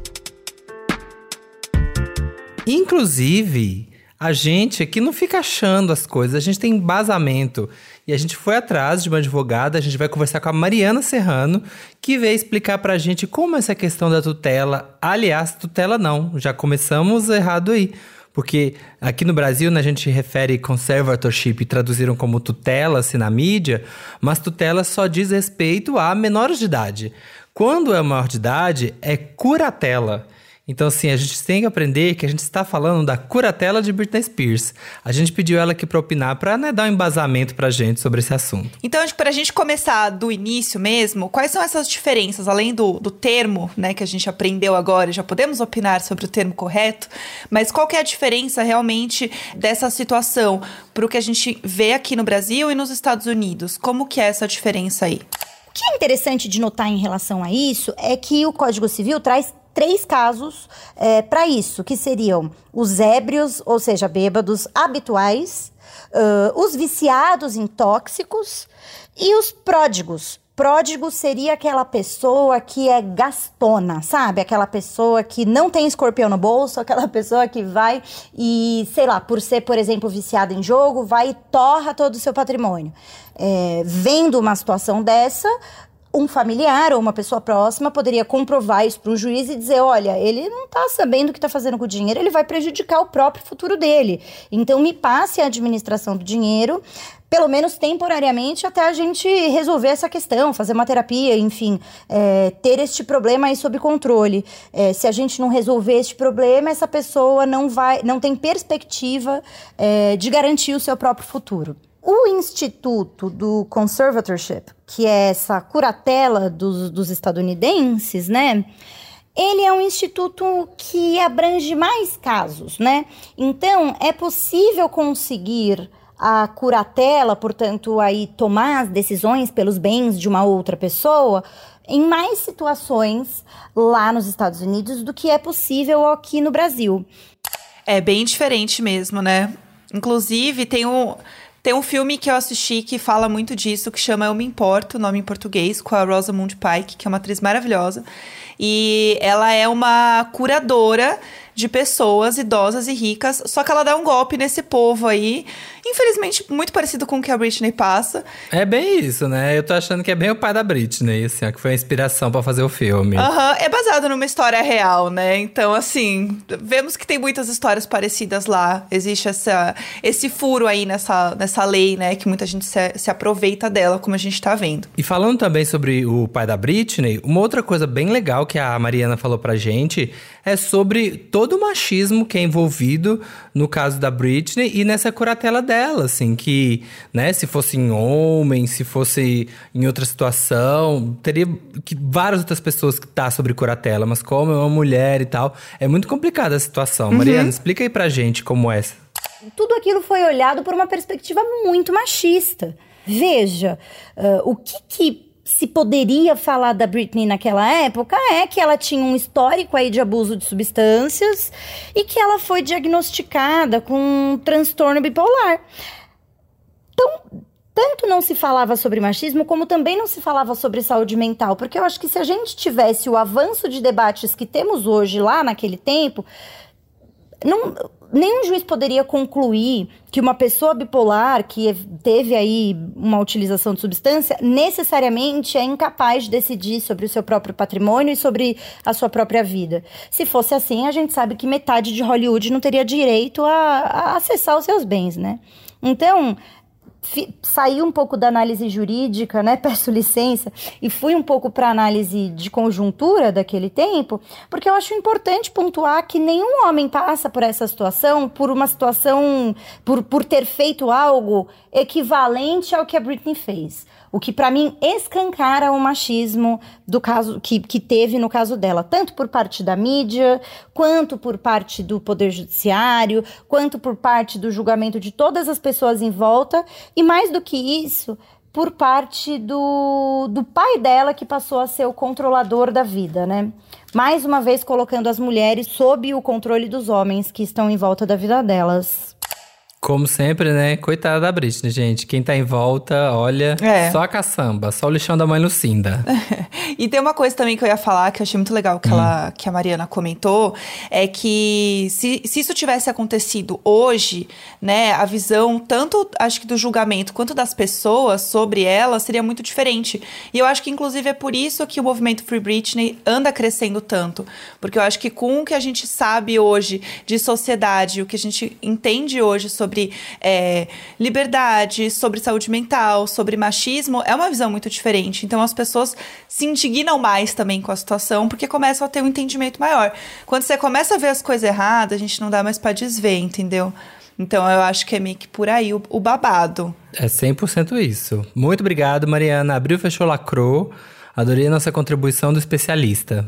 Inclusive, a gente aqui não fica achando as coisas, a gente tem embasamento. E a gente foi atrás de uma advogada, a gente vai conversar com a Mariana Serrano, que veio explicar pra gente como essa questão da tutela. Aliás, tutela não, já começamos errado aí. Porque aqui no Brasil, né, a gente refere conservatorship e traduziram como tutela, assim, na mídia, mas tutela só diz respeito a menores de idade. Quando é maior de idade, é curatela. Então, assim, a gente tem que aprender que a gente está falando da curatela de Britney Spears. A gente pediu ela aqui para opinar, para, né, dar um embasamento pra gente sobre esse assunto. Então, pra gente começar do início mesmo, quais são essas diferenças, além do termo, né, que a gente aprendeu agora, já podemos opinar sobre o termo correto, mas qual que é a diferença realmente dessa situação pro que a gente vê aqui no Brasil e nos Estados Unidos? Como que é essa diferença aí? O que é interessante de notar em relação a isso é que o Código Civil traz 3 casos para isso, que seriam os ébrios, ou seja, bêbados habituais, os viciados em tóxicos e os pródigos. Pródigo seria aquela pessoa que é gastona, sabe? Aquela pessoa que não tem escorpião no bolso, aquela pessoa que vai e, sei lá, por ser, por exemplo, viciada em jogo, vai e torra todo o seu patrimônio. Vendo uma situação dessa, um familiar ou uma pessoa próxima poderia comprovar isso para um juiz e dizer, olha, ele não está sabendo o que está fazendo com o dinheiro, ele vai prejudicar o próprio futuro dele. Então, me passe a administração do dinheiro, pelo menos temporariamente, até a gente resolver essa questão, fazer uma terapia, enfim, ter este problema aí sob controle. Se a gente não resolver este problema, essa pessoa não tem perspectiva de garantir o seu próprio futuro. O Instituto do Conservatorship, que é essa curatela dos estadunidenses, né? Ele é um instituto que abrange mais casos, né? Então, é possível conseguir a curatela, portanto, aí tomar as decisões pelos bens de uma outra pessoa em mais situações lá nos Estados Unidos do que é possível aqui no Brasil. É bem diferente mesmo, né? Inclusive, tem um filme que eu assisti que fala muito disso, que chama Eu Me Importo, nome em português, com a Rosamund Pike, que é uma atriz maravilhosa. E ela é uma curadora de pessoas idosas e ricas, só que ela dá um golpe nesse povo aí, infelizmente muito parecido com o que a Britney passa. É bem isso, né? Eu tô achando que é bem o pai da Britney, assim, ó, que foi a inspiração pra fazer o filme. É baseado numa história real, né? Então, assim, vemos que tem muitas histórias parecidas lá. Existe esse furo aí nessa lei, né? Que muita gente se aproveita dela, como a gente tá vendo. E falando também sobre o pai da Britney, uma outra coisa bem legal que a Mariana falou pra gente é sobre todo o machismo que é envolvido no caso da Britney e nessa curatela dela, assim, que, né, se fosse em homem, se fosse em outra situação, teria que várias outras pessoas que tá sobre curatela, mas como é uma mulher e tal, é muito complicada a situação. Mariana, explica aí pra gente como é. Tudo aquilo foi olhado por uma perspectiva muito machista. Veja, o que se poderia falar da Britney naquela época é que ela tinha um histórico aí de abuso de substâncias e que ela foi diagnosticada com um transtorno bipolar. Então, tanto não se falava sobre machismo, como também não se falava sobre saúde mental, porque eu acho que se a gente tivesse o avanço de debates que temos hoje lá naquele tempo, nenhum juiz poderia concluir que uma pessoa bipolar que teve aí uma utilização de substância necessariamente é incapaz de decidir sobre o seu próprio patrimônio e sobre a sua própria vida. Se fosse assim, a gente sabe que metade de Hollywood não teria direito a acessar os seus bens, né? Então, saí um pouco da análise jurídica, né, peço licença, e fui um pouco para a análise de conjuntura daquele tempo, porque eu acho importante pontuar que nenhum homem passa por essa situação, por ter feito algo equivalente ao que a Britney fez. O que, para mim, escancara o machismo do caso que teve no caso dela, tanto por parte da mídia, quanto por parte do Poder Judiciário, quanto por parte do julgamento de todas as pessoas em volta, e mais do que isso, por parte do pai dela, que passou a ser o controlador da vida, né? Mais uma vez colocando as mulheres sob o controle dos homens que estão em volta da vida delas. Como sempre, né? Coitada da Britney, gente. Quem tá em volta, olha, só a caçamba, só o lixão da mãe Lucinda. E tem uma coisa também que eu ia falar, que eu achei muito legal que a Mariana comentou, é que se isso tivesse acontecido hoje, né, a visão, tanto acho que do julgamento quanto das pessoas sobre ela seria muito diferente. E eu acho que, inclusive, é por isso que o movimento Free Britney anda crescendo tanto. Porque eu acho que com o que a gente sabe hoje de sociedade, o que a gente entende hoje sobre liberdade, sobre saúde mental, sobre machismo, é uma visão muito diferente. Então as pessoas se indignam mais também com a situação, porque começam a ter um entendimento maior. Quando você começa a ver as coisas erradas, a gente não dá mais pra desver, entendeu? Então eu acho que é meio que por aí o babado. É 100% isso. Muito obrigado, Mariana. Abriu, fechou, lacrou. Adorei a nossa contribuição do especialista.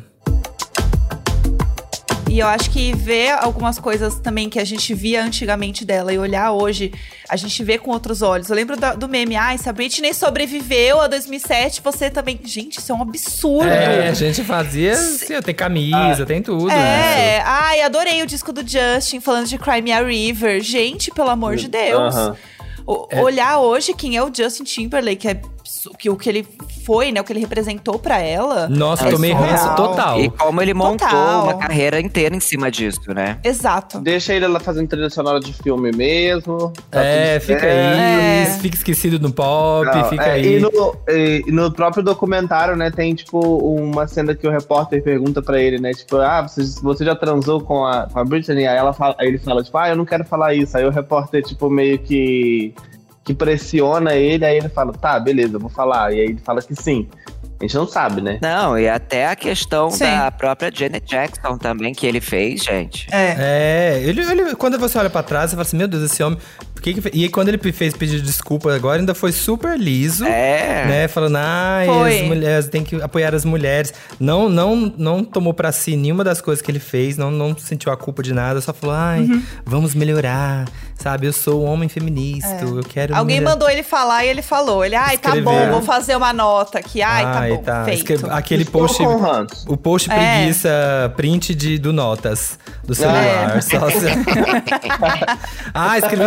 E eu acho que ver algumas coisas também que a gente via antigamente dela e olhar hoje, a gente vê com outros olhos. Eu lembro do meme, se a Britney sobreviveu a 2007, você também... Gente, isso é um absurdo. A gente fazia... tem camisa, tem tudo. Né? Adorei o disco do Justin falando de Cry Me a River. Gente, pelo amor de Deus. Olhar hoje quem é o Justin Timberlake, o que ele foi, né? O que ele representou pra ela. Nossa, tomei ranço total. E como ele montou uma carreira inteira em cima disso, né? Exato. Deixa ele lá fazendo trilha sonora de filme mesmo. Fica aí. Fica esquecido no pop, fica aí. E no próprio documentário, né, tem, tipo, uma cena que o repórter pergunta pra ele, né? Tipo, você já transou com a Britney? Aí ele fala, tipo, eu não quero falar isso. Aí o repórter, tipo, meio que pressiona ele, aí ele fala, tá, beleza, eu vou falar. E aí ele fala que sim. A gente não sabe, né? Não, e até a questão da própria Janet Jackson também, que ele fez, gente. Ele quando você olha pra trás, você fala assim, meu Deus, esse homem... E aí, quando ele fez pedir desculpa agora, ainda foi super liso. Né? Falando, as mulheres, tem que apoiar as mulheres. Não tomou pra si nenhuma das coisas que ele fez, não sentiu a culpa de nada, só falou, vamos melhorar, sabe? Eu sou um homem feminista, eu quero... Alguém mandou ele falar e ele falou. Ele, tá bom, vou fazer uma nota aqui. Tá bom, feito. Aquele post, o post preguiça, print do Notas, do celular. Escreveu uma nota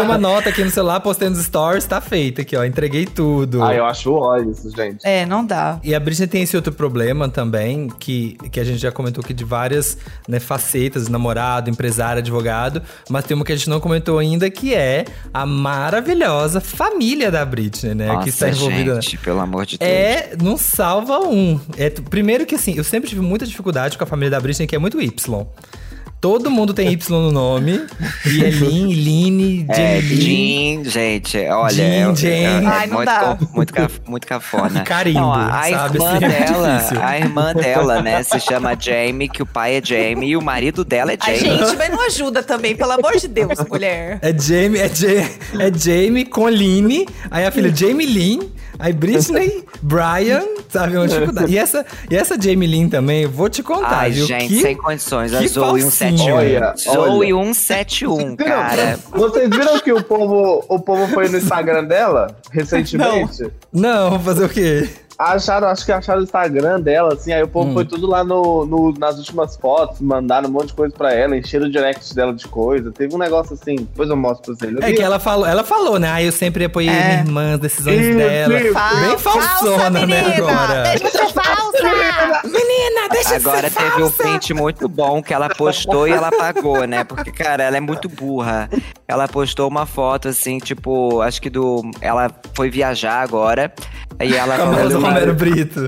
foto aqui no celular, postei nos stories, tá feito aqui, ó. Entreguei tudo. Eu acho ódio isso, gente. Não dá. E a Britney tem esse outro problema também, que a gente já comentou aqui de várias, né, facetas, namorado, empresário, advogado, mas tem uma que a gente não comentou ainda, que é a maravilhosa família da Britney, né? Nossa, que está envolvida. Gente, pelo amor de Deus. Não salva um. Primeiro que assim, eu sempre tive muita dificuldade com a família da Britney, que é muito Y. Todo mundo tem Y no nome. E é Lin, Line, Jean, gente, olha. Jane. Ai, não dá. Muito cafona. Carimbo, Não, sabe? A irmã dela, né, se chama Jamie, que o pai é Jamie e o marido dela é Ai, Jamie. gente, mas não ajuda também, pelo amor de Deus, mulher. É Jamie com Line. Aí a filha Jamie Lynn. Aí Britney, Brian, sabe? Uma dificuldade. E essa Jamie Lynn também, eu vou te contar, Ai, viu? gente, sem condições. A Zoe 171. Olha. Zoe 171, cara. Vocês viram que o povo foi no Instagram dela recentemente? Não, fazer o quê? Acho que acharam o Instagram dela, assim, aí o povo foi tudo lá nas últimas fotos, mandaram um monte de coisa pra ela, encheram o direct dela de coisa. Teve um negócio assim, depois eu mostro pra vocês. Que ela falou, né? Eu sempre apoiei minha irmã, as decisões dela. Bem falsona, né, agora. Deixa de ser falsa! Menina, deixa de ser Agora falsa! teve um print muito bom que ela postou e ela apagou, né? Porque, cara, ela é muito burra. Ela postou uma foto, assim, tipo, acho que ela foi viajar agora. Aí ela Romero Brito.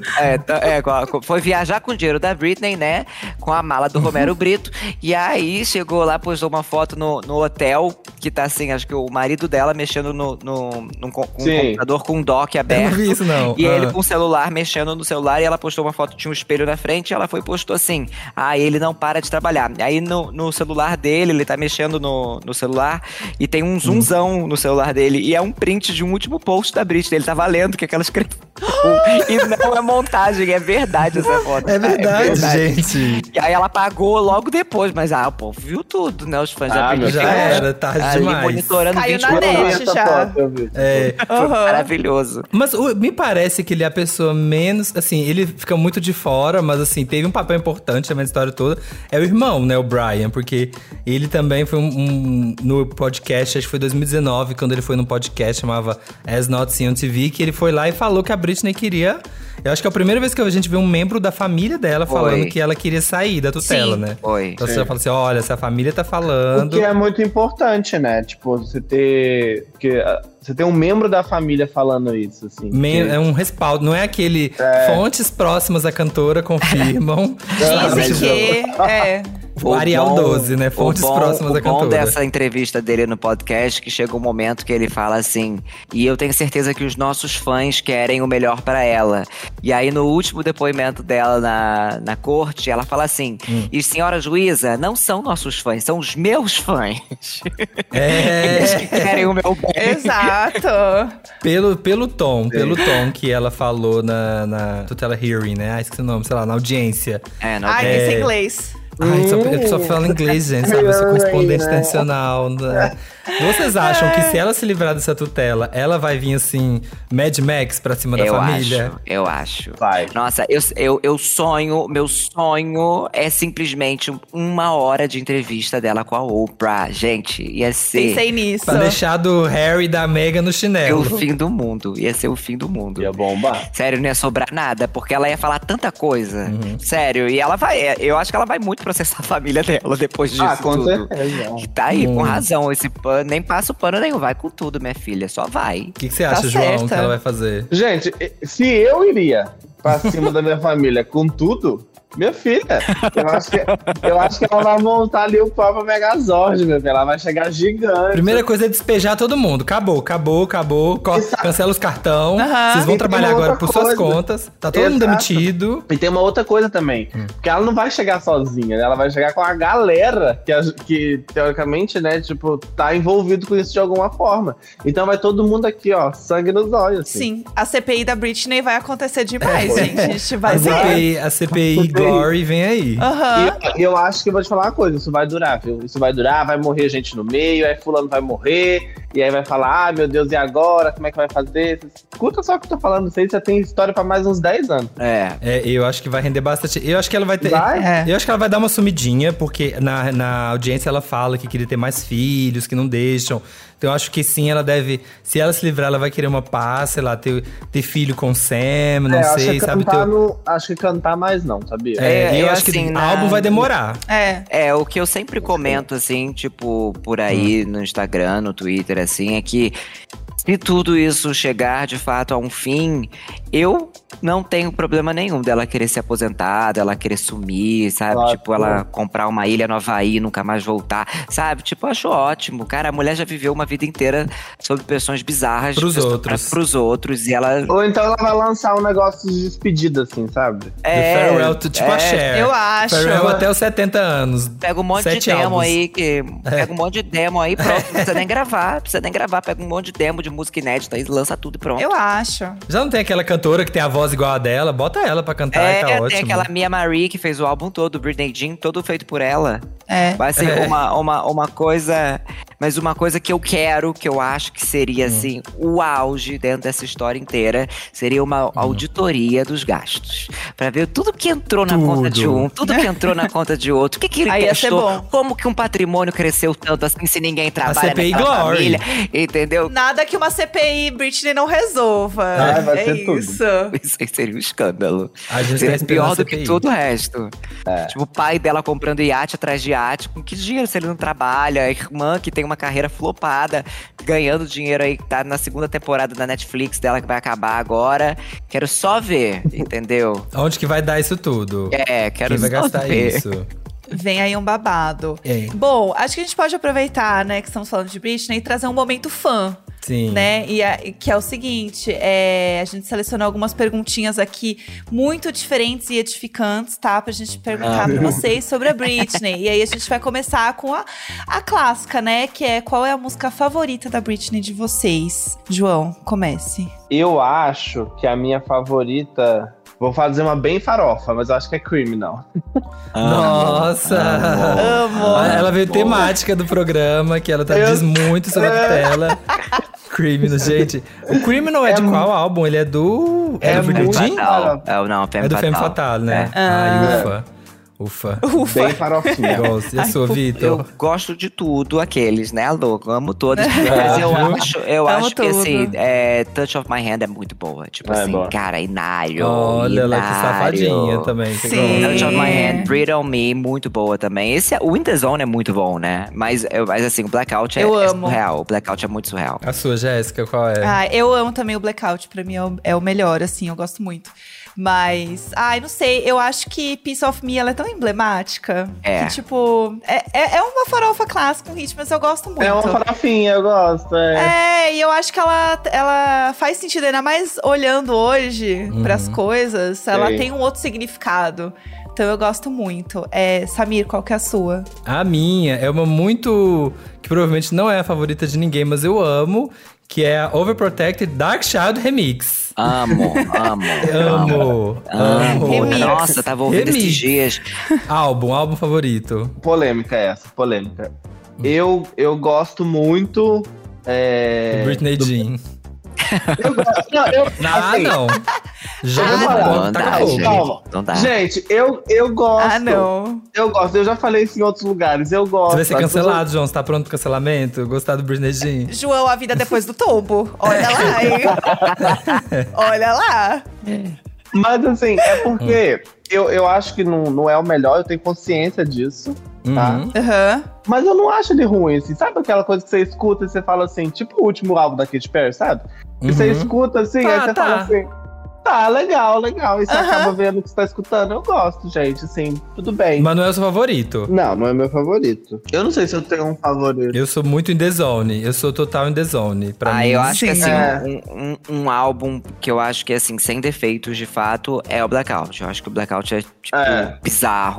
Foi viajar com o dinheiro da Britney, né? Com a mala do Romero Brito. E aí chegou lá, postou uma foto no hotel, que tá assim, acho que o marido dela mexendo num computador com um dock aberto. Eu não vi isso, não. E ele com o celular, mexendo no celular, e ela postou uma foto, tinha um espelho na frente, e ela postou assim: ele não para de trabalhar. Aí no celular dele, ele tá mexendo no celular, e tem um zoomzão no celular dele, e é um print de um último post da Britney. Ele tava lendo o que ela escreveu. E não é montagem, é verdade essa foto. É verdade, gente. E aí ela pagou logo depois, mas o povo viu tudo, né? Os fãs da Britney. Já era, tarde demais. Monitorando Caiu 24 na horas. net já. Foi maravilhoso. Mas me parece que ele é a pessoa menos... Assim, ele fica muito de fora, mas assim, teve um papel importante na história toda. É o irmão, né? O Brian, porque ele também foi no podcast, acho que foi 2019, quando ele foi num podcast, chamava As Not Seen on TV, que ele foi lá e falou que a Britney queria... Eu acho que é a primeira vez que a gente vê um membro da família dela falando que ela queria sair da tutela, né? Foi. Então você já fala assim, olha, se a família tá falando... O que é muito importante, né? Tipo, você ter um membro da família falando isso, assim. É um respaldo, não é aquele... Fontes próximas à cantora confirmam. Dizem que... O Arial 12, né? Fontes próximas da cantora. O bom dessa entrevista dele no podcast, que chega um momento que ele fala assim: e eu tenho certeza que os nossos fãs querem o melhor pra ela. E aí, no último depoimento dela na corte, ela fala assim: e senhora juíza, não são nossos fãs, são os meus fãs. Eles que querem o meu bem. Exato. Pelo tom que ela falou na tutela hearing, né? Esqueci o nome, sei lá, na audiência. Na audiência. Ai, em inglês. Eu só falo inglês, gente, sabe? Eu sou correspondente internacional. Né? Vocês acham que se ela se livrar dessa tutela, ela vai vir assim, Mad Max pra cima da família? Eu acho. Vai. Nossa, eu sonho, meu sonho é simplesmente 1 hora de entrevista dela com a Oprah. Gente, ia ser... Pensei nisso. Pra deixar do Harry e da Meghan no chinelo. O fim do mundo. Ia ser o fim do mundo. Ia bombar. Sério, não ia sobrar nada, porque ela ia falar tanta coisa. Sério, e ela vai... Eu acho que ela vai muito processar a família dela depois disso com tudo. certeza. Que tá aí, com razão. Esse pano, nem passa o pano nenhum. Vai com tudo, minha filha. Só vai. O que você acha, João, certa. que ela vai fazer? Gente, se eu iria pra cima da minha família com tudo, minha filha, eu acho que ela vai montar ali o próprio Megazord, meu filho. Ela vai chegar gigante. Primeira coisa é despejar todo mundo. Acabou. Cancela os cartão. Vocês vão trabalhar agora por suas contas. Tá todo mundo demitido. E tem uma outra coisa também. Porque ela não vai chegar sozinha, né? Ela vai chegar com a galera que teoricamente, né, tipo, tá envolvido com isso de alguma forma. Então vai todo mundo aqui, ó, sangue nos olhos. Assim. Sim, a CPI da Britney vai acontecer demais, gente. A gente vai ver. A CPI Glory vem aí. E eu acho que eu vou te falar uma coisa, isso vai durar, viu? Isso vai durar, vai morrer gente no meio, aí fulano vai morrer, e aí vai falar, meu Deus, e agora? Como é que vai fazer? Escuta só o que eu tô falando, isso aí já tem história pra mais uns 10 anos. Eu acho que vai render bastante. Eu acho que ela vai ter. Eu acho que ela vai dar uma sumidinha, porque na audiência ela fala que queria ter mais filhos, que não deixam. Então eu acho que sim, ela deve. Se ela se livrar, ela vai querer uma paz, sei lá, ter filho com Sam, não sei, sabe? Acho que cantar mais não, sabia? Eu acho assim, que o álbum vai demorar. O que eu sempre comento, assim, tipo, por aí no Instagram, no Twitter, assim, é que se tudo isso chegar de fato a um fim, eu não tenho problema nenhum dela querer se aposentar, dela querer sumir, sabe? Claro, tipo, ela comprar uma ilha no Havaí e nunca mais voltar, sabe? Tipo, eu acho ótimo. Cara, a mulher já viveu uma vida inteira sob pressões bizarras pros outros e ela... Ou então ela vai lançar um negócio de despedida, assim, sabe? Farewell, tipo a Cher. Eu acho. Farewell até os 70 anos. Pega um monte de demo aí, pega um monte de demo aí, pronto. Não precisa nem gravar, pega um monte de demo de música inédita e lança tudo e pronto. Eu acho. Já não tem aquela cantora que tem a voz igual a dela? Bota ela pra cantar e tá ótimo. Tem aquela Mia Marie que fez o álbum todo, Britney Jean, todo feito por ela. Vai ser uma coisa... Mas uma coisa que eu quero, que eu acho que seria, assim, o auge dentro dessa história inteira, seria uma auditoria dos gastos. Pra ver tudo que entrou na conta de um, tudo que entrou na conta de outro. O que ele gastou? Como que um patrimônio cresceu tanto assim se ninguém trabalha naquela família? Entendeu? Nada que uma CPI Britney não resolva. Vai ser tudo. Isso aí seria um escândalo. A gente seria tá pior do CPI. que todo o resto. Tipo, o pai dela comprando iate atrás de iate. Com que dinheiro se ele não trabalha? A irmã que tem uma carreira flopada, ganhando dinheiro aí, que tá na segunda temporada da Netflix dela, que vai acabar agora. Quero só ver, entendeu? Onde que vai dar isso tudo? Quero Quem vai só gastar ver. isso? Vem aí um babado. Bom, acho que a gente pode aproveitar, né, que estamos falando de Britney e trazer um momento fã. Sim. Né? Que é o seguinte, a gente selecionou algumas perguntinhas aqui muito diferentes e edificantes, tá? Pra gente perguntar pra vocês sobre a Britney. E aí a gente vai começar com a clássica, né? Que é, qual é a música favorita da Britney de vocês? João, comece. Eu acho que a minha favorita... Vou fazer uma bem farofa, mas eu acho que é Criminal. Nossa! Amo! Ela veio temática do programa, que ela diz muito sobre a tela. Criminal, gente. O Criminal é de qual álbum? Ele é do... É do muito Fatal. Não, é do Femme Fatale, né? Ufa. Bem farofinha. Gosto. E a sua, Vitor? Eu gosto de tudo, aqueles, né, louco? Amo todas. Mas eu acho que, assim, Touch of My Hand é muito boa. Tipo assim, boa. cara, Inário. Olha ela que safadinha também. Sim. Touch of My Hand, Breathe on Me, muito boa também. O In The Zone é muito bom, né? Mas assim, o Blackout é surreal. O Blackout é muito surreal. A sua, Jéssica, qual é? Eu amo também o Blackout. Pra mim é o melhor, assim, eu gosto muito. Mas, não sei, eu acho que Piece of Me, ela é tão emblemática. Que, tipo, é uma farofa clássica, um hit, mas eu gosto muito. É uma farofinha, eu gosto. E eu acho que ela faz sentido, ainda mais olhando hoje pras coisas, ela tem um outro significado. Então eu gosto muito. Samir, qual que é a sua? A minha é uma muito... que provavelmente não é a favorita de ninguém, mas eu amo, que é a Overprotected Dark Child Remix. Amo. Nossa, tava ouvindo esses dias. Álbum favorito. Polêmica essa. Eu gosto muito... Britney Jean. Eu gosto... Não. Não dá. Gente, eu gosto. Não. Eu gosto. Eu já falei isso em outros lugares. Eu gosto. Você vai ser cancelado, João. Você tá pronto pro cancelamento? Gostar do Britney Jean? João, a vida depois do tombo. Olha lá, hein? Olha lá. Mas assim, é porque eu acho que não é o melhor. Eu tenho consciência disso. Tá? Mas eu não acho ele ruim, assim. Sabe aquela coisa que você escuta e você fala assim, tipo o último álbum da Katy Perry, sabe? E você escuta assim, aí você fala assim, tá, legal. E você acaba vendo o que você tá escutando. Eu gosto, gente, assim, tudo bem. Mas não é o seu favorito? Não é meu favorito. Eu não sei se eu tenho um favorito. Eu sou muito in the zone. Eu sou total in the zone. Pra mim, eu acho que assim, um álbum que eu acho que assim, sem defeitos de fato, é o Blackout. Eu acho que o Blackout é, tipo, bizarro.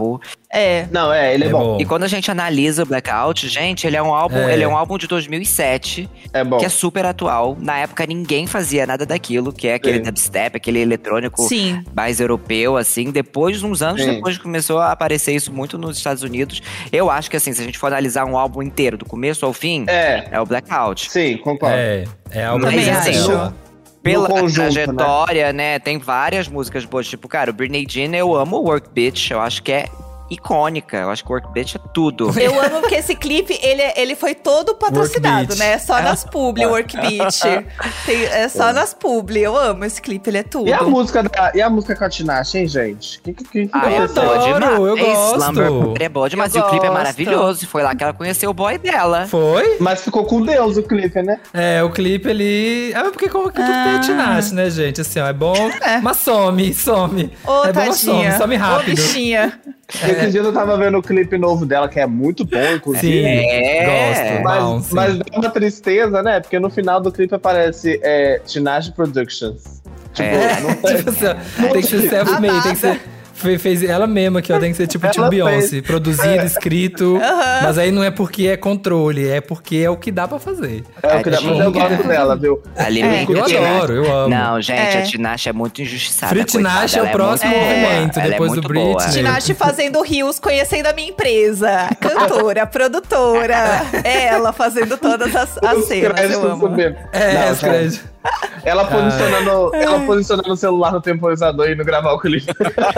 Não, ele é bom. E quando a gente analisa o Blackout, gente, ele é um álbum de 2007. É bom. Que é super atual. Na época, ninguém fazia nada daquilo, que é aquele dubstep, aquele eletrônico mais europeu, assim. Depois, uns anos depois, começou a aparecer isso muito nos Estados Unidos. Eu acho que, assim, se a gente for analisar um álbum inteiro, do começo ao fim, é o Blackout. Sim, concordo. É algo Mas, assim, pela conjunto, trajetória, né? Tem várias músicas boas. Tipo, cara, o Britney Jean, eu amo o Work Bitch. Eu acho que é icônica. Eu acho que o Work Bitch é tudo. Eu amo porque esse clipe, ele foi todo patrocinado, né? Só nas publi, Work Bitch. É só nas publi. Eu amo esse clipe, ele é tudo. E a música com a Tinashe, hein, gente? eu adoro, eu gosto. Slumber é boa demais. E o clipe é maravilhoso. Foi lá que ela conheceu o boy dela. Foi? Mas ficou com Deus o clipe, né? O clipe, ele... porque como que tudo tem a Tinashe, né, gente? Assim, é bom, mas some. Ô, é bom, tadinha. some rápido. Ô, bichinha. Esses dias eu tava vendo o clipe novo dela, que é muito bom, inclusive. Sim, gosto. Mas dá uma tristeza, né? Porque no final do clipe aparece Tinashe Productions. Tipo, tem que ser self-made, tem que ser... Fez ela mesma aqui, ó. Tem que ser tipo Beyoncé. Produzido, escrito. Mas aí não é porque é controle, é porque é o que dá pra fazer. É o que dá pra fazer. Eu gosto dela, viu? Eu adoro, eu amo. Não, gente, a Tinashe é muito injustiçada. Free Tinashe é o próximo movimento, depois do Britney. Tinashe fazendo rios, conhecendo a minha empresa. Cantora, produtora. Ela fazendo todas as cenas, eu amo. Os créditos. Ela posicionando o celular no temporizador e indo gravar o clipe.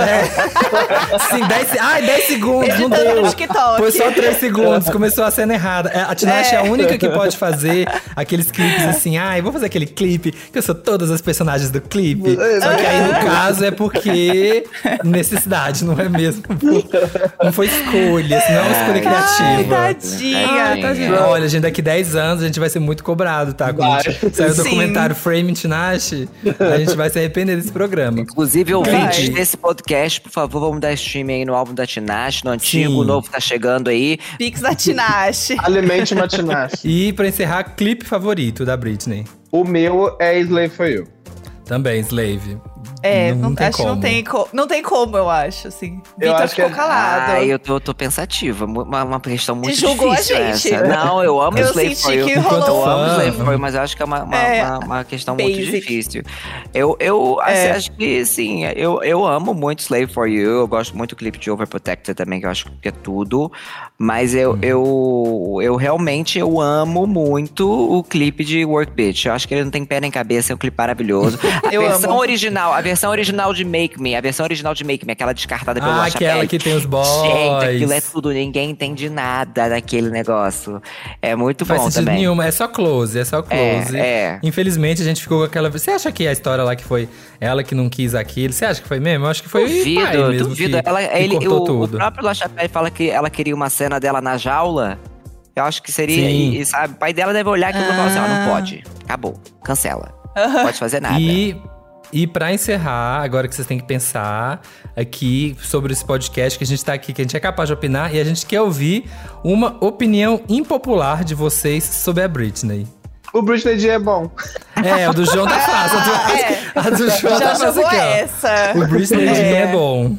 Sim, 10 segundos, não deu. Foi só 3 segundos, começou a cena errada. A Tinashe é a única que pode fazer aqueles clipes assim, eu vou fazer aquele clipe que eu sou todas as personagens do clipe. Só que aí, no caso, é porque necessidade, não é mesmo? Não foi escolha, senão é uma escolha criativa. Tadinha. Olha, gente, daqui 10 anos a gente vai ser muito cobrado, tá? Quando sair o documentário Frame Tinashe, a gente vai se arrepender desse programa. Inclusive, ouvintes desse podcast, por favor, vamos dar stream aí no álbum da Tinashe, no antigo, o novo tá chegando aí. Pix da Tinashe. Alimente uma Tinashe. E pra encerrar, clipe favorito da Britney. O meu é Slave For You. Também, Slave. Não tem como, eu acho, assim. Vitor ficou calado. Eu tô pensativa. Uma questão muito julgou difícil a gente. essa. Não, eu amo Slave For You. Eu amo Slave For You, mas eu acho que é uma questão muito difícil. Acho que, sim, eu amo muito Slave For You. Eu gosto muito do clipe de Overprotected também, que eu acho que é tudo. Mas eu realmente amo muito o clipe de Work Bitch. Eu acho que ele não tem pé nem cabeça, é um clipe maravilhoso. A versão original de Make Me, aquela descartada pelo LaChapelle. Aquela que tem os boys. Gente, aquilo é tudo, ninguém entende nada daquele negócio. É muito bom também. Não faz sentido nenhum, é só close. Infelizmente, a gente ficou com aquela... Você acha que a história lá que foi ela que não quis aquilo, você acha que foi mesmo? Eu acho que foi o pai mesmo duvido. Que cortou tudo. O próprio LaChapelle fala que ela queria uma cena dela na jaula. Eu acho que seria... E, sabe, o pai dela deve olhar aquilo e falar assim, não pode. Acabou. Cancela. Não pode fazer nada. E pra encerrar, agora que vocês têm que pensar aqui sobre esse podcast, que a gente tá aqui, que a gente é capaz de opinar, e a gente quer ouvir uma opinião impopular de vocês sobre a Britney. O Britney Jean é bom. O do João tá fácil. A do João tá fácil aqui, ó. O Britney Jean é bom.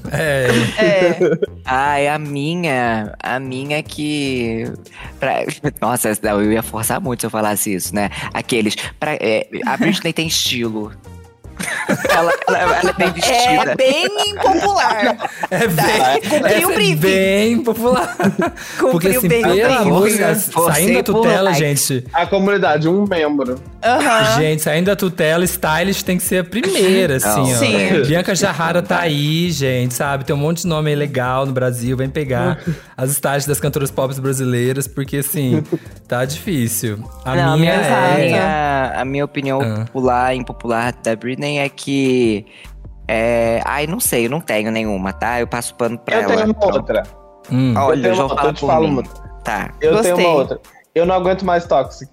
A minha que... Nossa, eu ia forçar muito se eu falasse isso, né? A Britney tem estilo. Ela é bem vestida. É bem impopular. Cumpriu o briefing. Bem popular. Porque assim, pela música, saindo da tutela, gente... A comunidade, um membro. Gente, saindo da tutela, Stylish tem que ser a primeira, assim, ó. Sim. Bianca Jarrara tá aí, gente, sabe? Tem um monte de nome aí legal no Brasil. Vem pegar as Stylish das cantoras pop brasileiras, porque assim, tá difícil. A minha opinião impopular da Britney é que... não sei, eu não tenho nenhuma, tá? Eu passo pano pra ela. Eu tenho uma outra. Olha, eu já falo por mim. Tá. Eu tenho uma outra. Eu não aguento mais Toxic.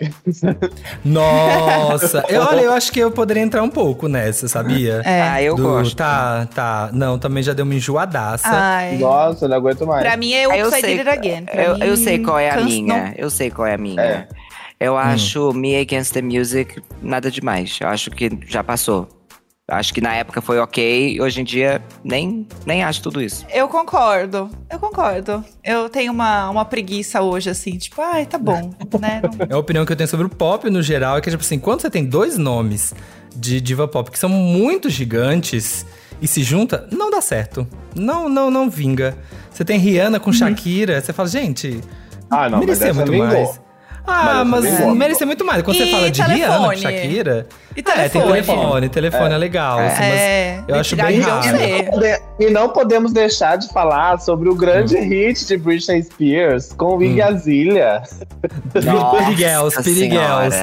Nossa! Eu acho que eu poderia entrar um pouco nessa, sabia? Eu gosto. Tá. Não, também já deu uma enjoadaça. Nossa, eu não aguento mais. Pra mim é o Upside Did It Again. Eu sei qual é a minha. Eu sei qual é a minha. Eu acho Me Against the Music nada demais. Eu acho que já passou. Acho que na época foi ok, hoje em dia nem acho tudo isso. Eu concordo. Eu tenho uma preguiça hoje, assim, tipo, ai, tá bom, né? É a opinião que eu tenho sobre o pop no geral, é que, tipo assim, quando você tem dois nomes de diva pop que são muito gigantes e se junta, não dá certo. Não vinga. Você tem Rihanna com Shakira, você fala, gente, merecia muito mais. Mas merecia muito mais. Quando você fala de Rihanna com Shakira… E telefone. Telefone é legal. Assim, mas eu acho bem raro. E não podemos deixar de falar sobre o grande hit de Britney Spears com Iggy Azalea. Speedy Girls.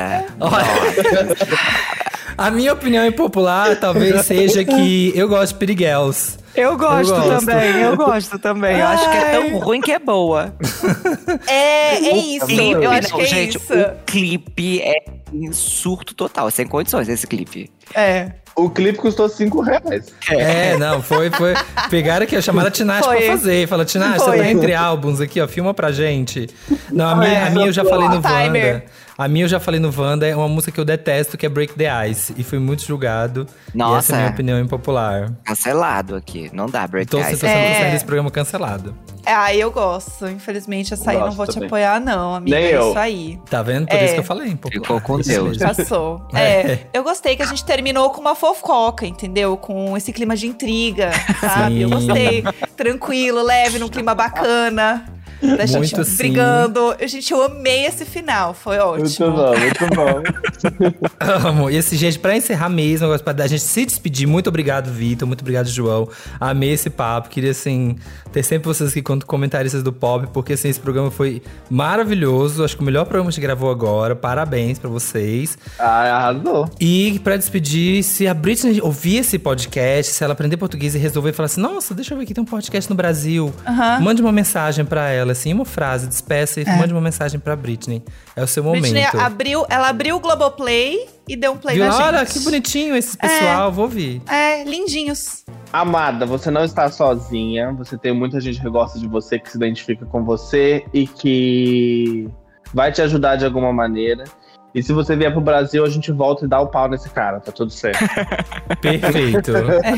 A minha opinião impopular talvez seja que eu gosto de Speedy Girls. Eu gosto também. Eu acho que é tão ruim que é boa. É isso. Eu acho que é isso. O clipe é em surto total. Sem condições esse clipe. O clipe custou R$5. Não, foi. Pegaram aqui, chamaram a Tinashe pra fazer. Falaram, Tinashe, você tá entre álbuns aqui, ó, filma pra gente. Não, a minha eu já falei no Wanda. A minha eu já falei no Wanda, é uma música que eu detesto, que é Break the Ice. E fui muito julgado. Nossa. E essa é a minha opinião impopular. Cancelado aqui. Não dá Break the Ice. Então você tá saindo desse programa cancelado. Eu gosto. Infelizmente, essa aí não vou te apoiar, não, amiga. Nem É eu. isso aí. Tá vendo? Por isso que eu falei, impopular. Ficou com Deus. Passou. Eu gostei que a gente terminou com uma fofoca, entendeu? Com esse clima de intriga, sabe? Sim. Eu gostei. Tranquilo, leve, num clima bacana. Da gente Muito sim. brigando. Gente, eu amei esse final. Foi ótimo. Muito bom. Amo. E assim, gente, pra encerrar mesmo, pra a gente se despedir, muito obrigado, Vitor. Muito obrigado, João. Amei esse papo. Queria, assim, ter sempre vocês aqui quanto comentaristas do pop, porque, assim, esse programa foi maravilhoso. Acho que o melhor programa que a gente gravou agora. Parabéns pra vocês. Arrasou. E pra despedir, se a Britney ouvir esse podcast, se ela aprender português e resolver falar assim, nossa, deixa eu ver aqui, tem um podcast no Brasil. Mande uma mensagem pra ela, assim, uma frase, despeça e mande uma mensagem pra Britney. É o seu Britney momento. ela abriu o Globoplay e deu um play na gente. Olha, que bonitinho esse pessoal, vou ouvir. Lindinhos. Amada, você não está sozinha. Você tem muita gente que gosta de você, que se identifica com você e que vai te ajudar de alguma maneira. E se você vier pro Brasil, a gente volta e dá o pau nesse cara, tá tudo certo. Perfeito.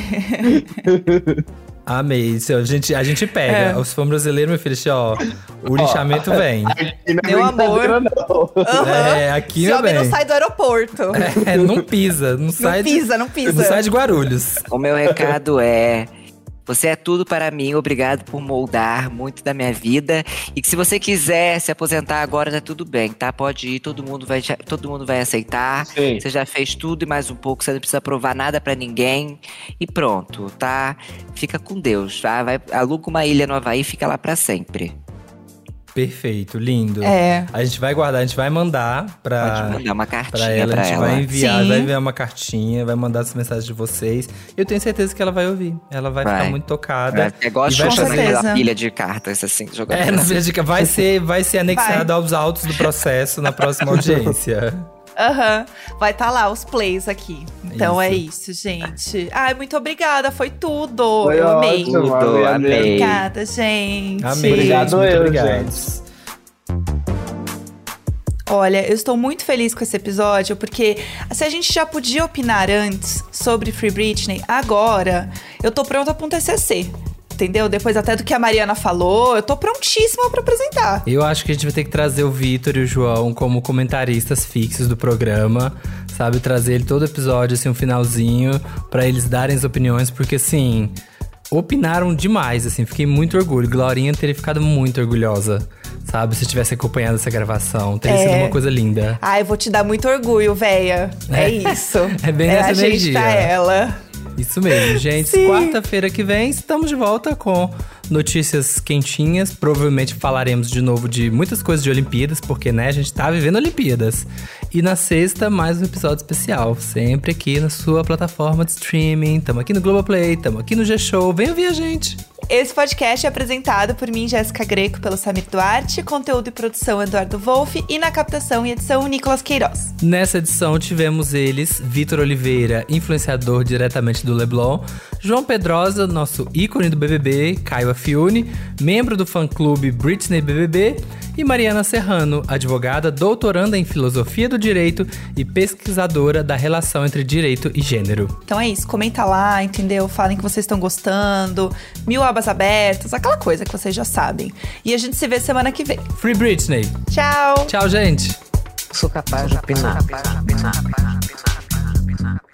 Amei. A gente pega. Se for brasileiro, meu filho, o lixamento vem. Meu amor. Aqui Esse homem vem. não sai do aeroporto. Não pisa. Não sai de Guarulhos. O meu recado é… Você é tudo para mim, obrigado por moldar muito da minha vida. E que se você quiser se aposentar agora, tá tudo bem, tá? Pode ir, todo mundo vai aceitar. Sim. Você já fez tudo e mais um pouco, você não precisa provar nada pra ninguém. E pronto, tá? Fica com Deus, tá? Aluga uma ilha no Havaí e fica lá pra sempre. Perfeito, lindo. A gente vai guardar, a gente vai mandar Pode mandar uma cartinha pra ela. A gente vai enviar, Sim. vai enviar uma cartinha, vai mandar as mensagens de vocês. Eu tenho certeza que ela vai ouvir. Ela vai ficar muito tocada. É igual a Xuxa na pilha de cartas, assim, jogando. Na pilha de cartas. Vai ser anexado aos autos do processo na próxima audiência. Vai estar lá os plays aqui. Então é isso, gente. Muito obrigada, foi tudo. Foi eu amei. ótimo, amei. Obrigada, gente. Amei, Obrigado, gente, muito eu, obrigado. gente. Olha, eu estou muito feliz com esse episódio, porque se a gente já podia opinar antes sobre Free Britney, agora eu tô pronta pra um TCC. Entendeu? Depois até do que a Mariana falou, eu tô prontíssima pra apresentar. Eu acho que a gente vai ter que trazer o Vitor e o João como comentaristas fixos do programa, sabe? Trazer ele todo episódio, assim, um finalzinho, pra eles darem as opiniões, porque, assim, opinaram demais, assim. Fiquei muito orgulho. Glorinha teria ficado muito orgulhosa, sabe? Se tivesse acompanhado essa gravação. Teria sido uma coisa linda. Eu vou te dar muito orgulho, véia. É isso. É bem nessa energia. A gente tá ela. Isso mesmo, gente. Sim. Quarta-feira que vem, estamos de volta com notícias quentinhas. Provavelmente falaremos de novo de muitas coisas de Olimpíadas, porque, né, a gente tá vivendo Olimpíadas. E na sexta, mais um episódio especial. Sempre aqui na sua plataforma de streaming. Tamo aqui no Globoplay, tamo aqui no G-Show. Vem ouvir a gente. Esse podcast é apresentado por mim, Jéssica Greco, pelo Samir Duarte, conteúdo e produção Eduardo Wolff e na captação e edição Nicolas Queiroz. Nessa edição tivemos eles, Vitor Oliveira, influenciador diretamente do Leblon, João Pedrosa, nosso ícone do BBB, Caio Afiuni, membro do fã-clube Britney BBB, e Mariana Serrano, advogada, doutoranda em filosofia do direito e pesquisadora da relação entre direito e gênero. Então é isso, comenta lá, entendeu? Falem que vocês estão gostando, 1000 abas abertas, aquela coisa que vocês já sabem. E a gente se vê semana que vem. Free Britney! Tchau! Tchau, gente! Sou capaz de opinar.